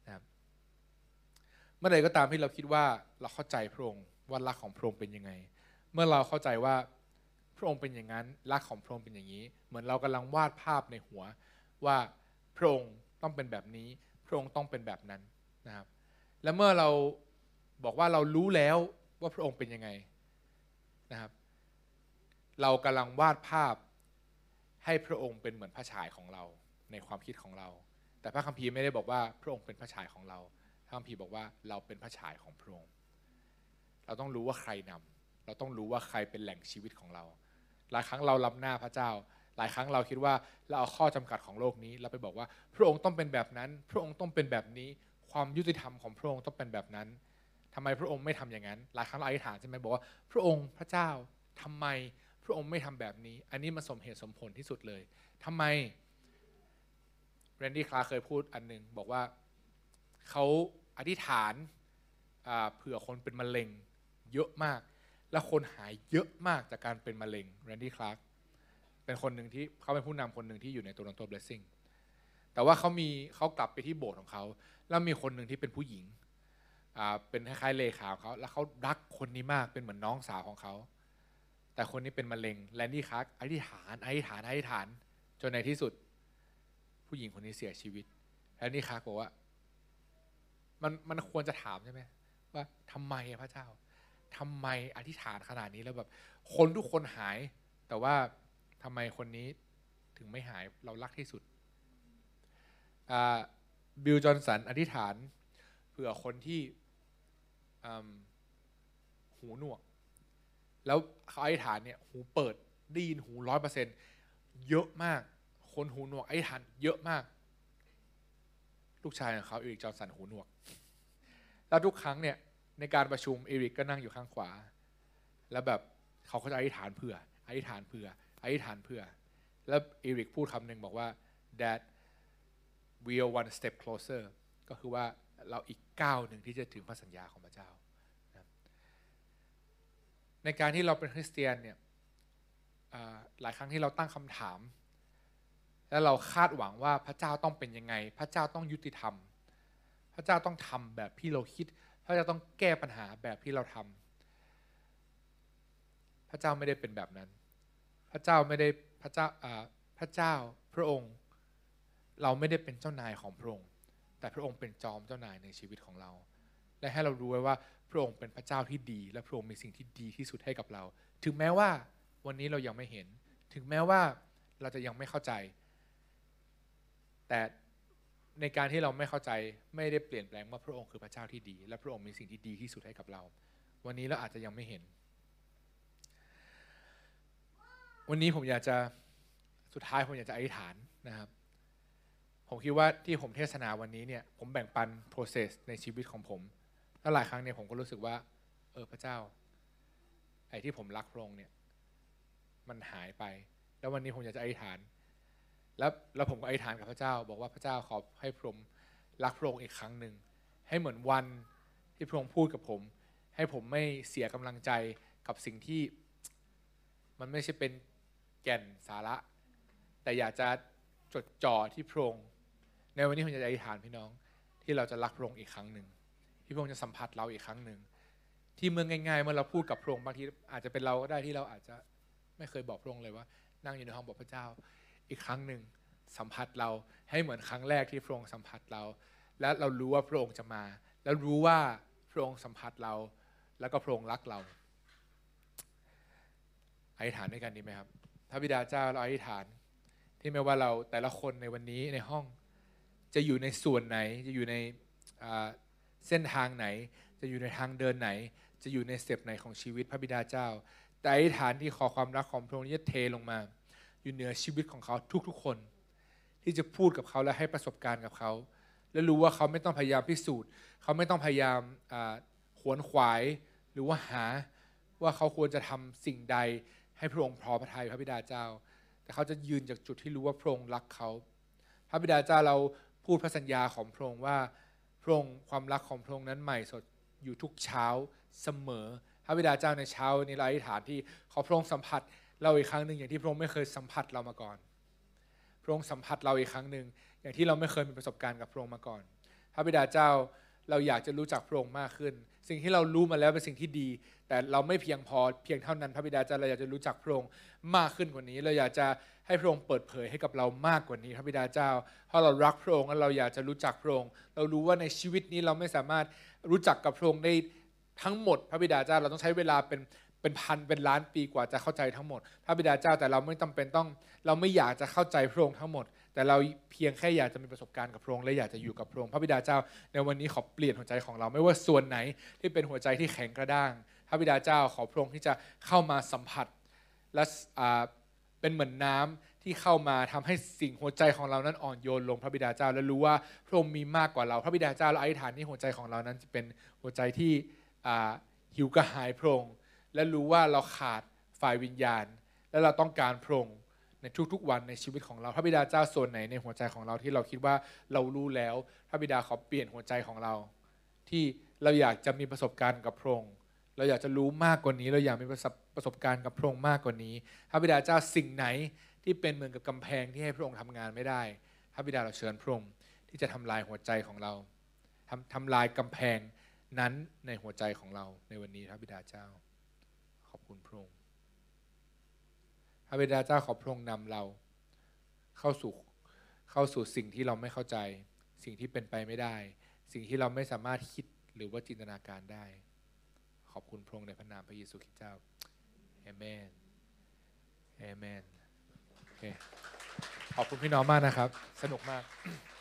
นะครับเมื่อใดก็ตามที่เราคิดว่าเราเข้าใจพระองค์ว่ารักของพระองค์เป็นยังไงเมื่อเราเข้าใจว่าพระองค์เป็นอย่างนั้นรักของพระองค์เป็นอย่างนี้เหมือนเรากำลังวาดภาพในหัวว่าพระองค์ต้องเป็นแบบนี้พระองค์ต้องเป็นแบบนั้นนะครับและเมื่อเราบอกว่าเรารู้แล้วว่าพระองค์เป็นยังไงนะครับเรากำลังวาดภาพให้พระองค์เป็นเหมือนพระฉายของเราในความคิดของเราแต่พระคัมภีร์ไม่ได้บอกว่าพระองค์เป็นพระฉายของเราพระคัมภีร์บอกว่าเราเป็นพระฉายของพระองค์เราต้องรู้ว่าใครนำเราต้องรู้ว่าใครเป็นแหล่งชีวิตของเราหลายครั้งเราล้ำหน้าพระเจ้าหลายครั้งเราคิดว่าเราเอาข้อจำกัดของโลกนี้เราไปบอกว่าพระองค์ต้องเป็นแบบนั้นพระองค์ต้องเป็นแบบนี้ความยุติธรรมของพระองค์ต้องเป็นแบบนั้นทำไมพระองค์ไม่ทำอย่างนั้นหลายครั้งเราอธิษฐานใช่ไหมบอกว่าพระองค์พระเจ้าทำไมพระองค์ไม่ทำแบบนี้อันนี้มันสมเหตุสมผลที่สุดเลยทำไมแรนดี้คลาร์เคยพูดอันนึงบอกว่าเขาอธิษฐานเผื่อคนเป็นมะเร็งเยอะมากและคนหายเยอะมากจากการเป็นมะเร็งแรนดี้คลาร์กเป็นคนหนึ่งที่เขาเป็นผู้นำคนหนึ่งที่อยู่ในตัว Toronto Blessing แต่ว่าเขามีเขากลับไปที่โบสถ์ของเขาแล้วมีคนหนึ่งที่เป็นผู้หญิงเป็นคล้ายๆเลขาของเขาแล้วเขารักคนนี้มากเป็นเหมือนน้องสาวของเขาแต่คนนี้เป็นมะเร็งแรนดี้คลาร์กอธิษฐานอธิษฐานอธิษฐานจนในที่สุดผู้หญิงคนนี้เสียชีวิตแรนดี้คลาร์กบอกว่ามันมันควรจะถามใช่ไหมว่าทำไมพระเจ้าทำไมอธิษฐานขนาดนี้แล้วแบบคนทุกคนหายแต่ว่าทำไมคนนี้ถึงไม่หายเรารักที่สุดบิล จอห์นสันอธิษฐานเผื่อคนที่หูหนวกแล้วเขาอธิษฐานเนี่ยหูเปิดได้ยินหูร้อยเปอร์เซ็นต์เยอะมากคนหูหนวกอธิษฐานเยอะมากลูกชายของเขาเอริก จอห์นสันหูหนวกแล้วทุกครั้งเนี่ยในการประชุมเอริกก็นั่งอยู่ข้างขวาแล้วแบบเขาก็จะอธิษฐานเผื่ออธิษฐานเผื่ออธิษฐานเผื่อแล้วเอริกพูดคำหนึ่งบอกว่า Dad we are one step closer ก็คือว่าเราอีกก้าวหนึ่งที่จะถึงพระสัญญาของพระเจ้าในการที่เราเป็นคริสเตียนเนี่ยหลายครั้งที่เราตั้งคำถามและเราคาดหวังว่าพระเจ้าต้องเป็นยังไงพระเจ้าต้องยุติธรรมพระเจ้าต้องทำแบบที่เราคิดพระเจ้าต้องแก้ปัญหาแบบที่เราทำพระเจ้าไม่ได้เป็นแบบนั้นพระเจ้าไม่ได้พระเจ้าพระเจ้าพระองค์เราไม่ได้เป็นเจ้านายของพระองค์แต่พระองค์เป็นจอมเจ้านายในชีวิตของเราและให้เรารู้ไว้ว่าพระองค์เป็นพระเจ้าที่ดีและพระองค์มีสิ่งที่ดีที่สุดให้กับเราถึงแม้ว่าวันนี้เรายังไม่เห็นถึงแม้ว่าเราจะยังไม่เข้าใจแต่ในการที่เราไม่เข้าใจไม่ได้เปลี่ยนแปลงว่าพระองค์คือพระเจ้าที่ดีและพระองค์มีสิ่งที่ดีที่สุดให้กับเราวันนี้เราอาจจะยังไม่เห็นวันนี้ผมอยากจะสุดท้ายผมอยากจะอธิษฐานนะครับผมคิดว่าที่ผมเทศนาวันนี้เนี่ยผมแบ่งปัน process ในชีวิตของผมแล้วหลายครั้งเนี่ยผมก็รู้สึกว่าเออพระเจ้าไอ้ที่ผมรักพระองค์เนี่ยมันหายไปแล้ววันนี้ผมอยากจะอธิษฐานแล้วแล้วผมก็อธิษฐานกับพระเจ้าบอกว่าพระเจ้าขอให้ผมรักพระองค์อีกครั้งหนึ่งให้เหมือนวันที่พระองค์พูดกับผมให้ผมไม่เสียกำลังใจกับสิ่งที่มันไม่ใช่เป็นแก่นสาระแต่อยากจะจดจ่อที่พระองค์ในวันนี้ผมอยากจะอธิษฐานพี่น้องที่เราจะรักพระองค์อีกครั้งหนึ่งที่พระองค์จะสัมผัสเราอีกครั้งหนึ่งที่เมื่อง่ายๆเมื่อเราพูดกับพระองค์บางทีอาจจะเป็นเราก็ได้ที่เราอาจจะไม่เคยบอกพระองค์เลยว่านั่งอยู่ในห้องบอกพระเจ้าอีกครั้งหนึ่งสัมผัสเราให้เหมือนครั้งแรกที่พระองค์สัมผัสเราและเรารู้ว่าพระองค์จะมาแล้วรู้ว่าพระองค์สัมผัสเราแล้วก็พระองค์รักเราอธิษฐานด้วยกันดีไหมครับพระบิดาเจ้าเราอธิษฐานที่ไม่ว่าเราแต่ละคนในวันนี้ในห้องจะอยู่ในส่วนไหนจะอยู่ในเส้นทางไหนจะอยู่ในทางเดินไหนจะอยู่ในสเต็ปไหนของชีวิตพระบิดาเจ้าแต่อธิษฐานที่ขอความรักของพระองค์จะเทลงมาอยู่เหนือชีวิตของเขาทุกๆคนที่จะพูดกับเขาและให้ประสบการณ์กับเขาและรู้ว่าเขาไม่ต้องพยายามพิสูจน์เขาไม่ต้องพยายามขวนขวายหรือว่าหาว่าเขาควรจะทำสิ่งใดให้พระองค์พอพระทัยพระบิดาเจ้าแต่เขาจะยืนจากจุดที่รู้ว่าพระองค์รักเขาพระบิดาเจ้าเราพูดพระสัญญาของพระองค์ว่าพระองค์ความรักของพระองค์นั้นใหม่สดอยู่ทุกเช้าเสมอพระบิดาเจ้าในเช้านี้เราอธิษฐานที่ขอพระองค์สัมผัสเราอีกครั้งหนึ่งอย่างที่พระองค์ไม่เคยสัมผัสเรามาก่อนพระองค์สัมผัสเราอีกครั้งหนึ่งอย่างที่เราไม่เคยมีประสบการณ์กับพระองค์มาก่อนพระบิดาเจ้าเราอยากจะรู้จักพระองค์มากขึ้นสิ่งที่เรารู้มาแล้วเป็นสิ่งที่ดีแต่เราไม่เพียงพอเพียงเท่านั้นพระบิดาเจ้าเราอยากจะรู้จักพระองค์มากขึ้นกว่านี้เราอยากจะให้พระองค์เปิดเผยให้กับเรามากกว่านี้พระบิดาเจ้าเพราะเรารักพระองค์และเราอยากจะรู้จักพระองค์เรารู้ว่าในชีวิตนี้เราไม่สามารถรู้จักกับพระองค์ได้ทั้งหมดพระบิดาเจ้าเราต้องใช้เวลาเป็นเป็นพันเป็นล้านปีกว่าจะเข้าใจทั้งหมดพระบิดาเจ้าแต่เราไม่จำเป็นต้องเราไม่อยากจะเข้าใจพระองค์ทั้งหมดแต่เราเพียงแค่อยากจะมีประสบการณ์กับพระองค์และอยากจะอยู่กับพระองค์พระบิดาเจ้าในวันนี้ขอเปลี่ยนหัวใจของเราไม่ว่าส่วนไหนที่เป็นหัวใจที่แข็งกระด้างพระบิดาเจ้าขอพระองค์ที่จะเข้ามาสัมผัสและเป็นเหมือนน้ำที่เข้ามาทำให้สิ่งหัวใจของเรานั้นอ่อนโยนลงพระบิดาเจ้าและรู้ว่าพระองค์มีมากกว่าเราพระบิดาเจ้าและอธิษฐานที่หัวใจของเรานั้นจะเป็นหัวใจที่หิวกระหายพระองค์และรู้ว่าเราขาดฝ่ายวิญญาณและเราต้องการพระองค์ในทุกๆวันในชีวิตของเราพระบิดาเจ้าส่วนไหนในหัวใจของเราที่เราคิดว่าเรารู้แล้วพระบิดาขอเปลี่ยนหัวใจของเราที่เราอยากจะมีประสบการณ์กับพระองค์เราอยากจะรู้มากกว่านี้เราอยากมีประสบการณ์กับพระองค์มากกว่านี้พระบิดาเจ้าสิ่งไหนที่เป็นเหมือนกับกำแพงที่ให้พระองค์ทำงานไม่ได้พระบิดาเราเชิญพระองค์ที่จะทำลายหัวใจของเราทำทำลายกำแพงนั้นในหัวใจของเราในวันนี้พระบิดาเจ้าขอบคุณพระองค์พระบิดาเจ้าขอพระองค์นำเราเข้าสู่เข้าสู่สิ่งที่เราไม่เข้าใจสิ่งที่เป็นไปไม่ได้สิ่งที่เราไม่สามารถคิดหรือว่าจินตนาการได้ขอบคุณพระองค์ในพระนามพระเยซูคริสต์เจ้าเอเมนเอเมนโอเคขอบคุณพี่น้องมากนะครับสนุกมาก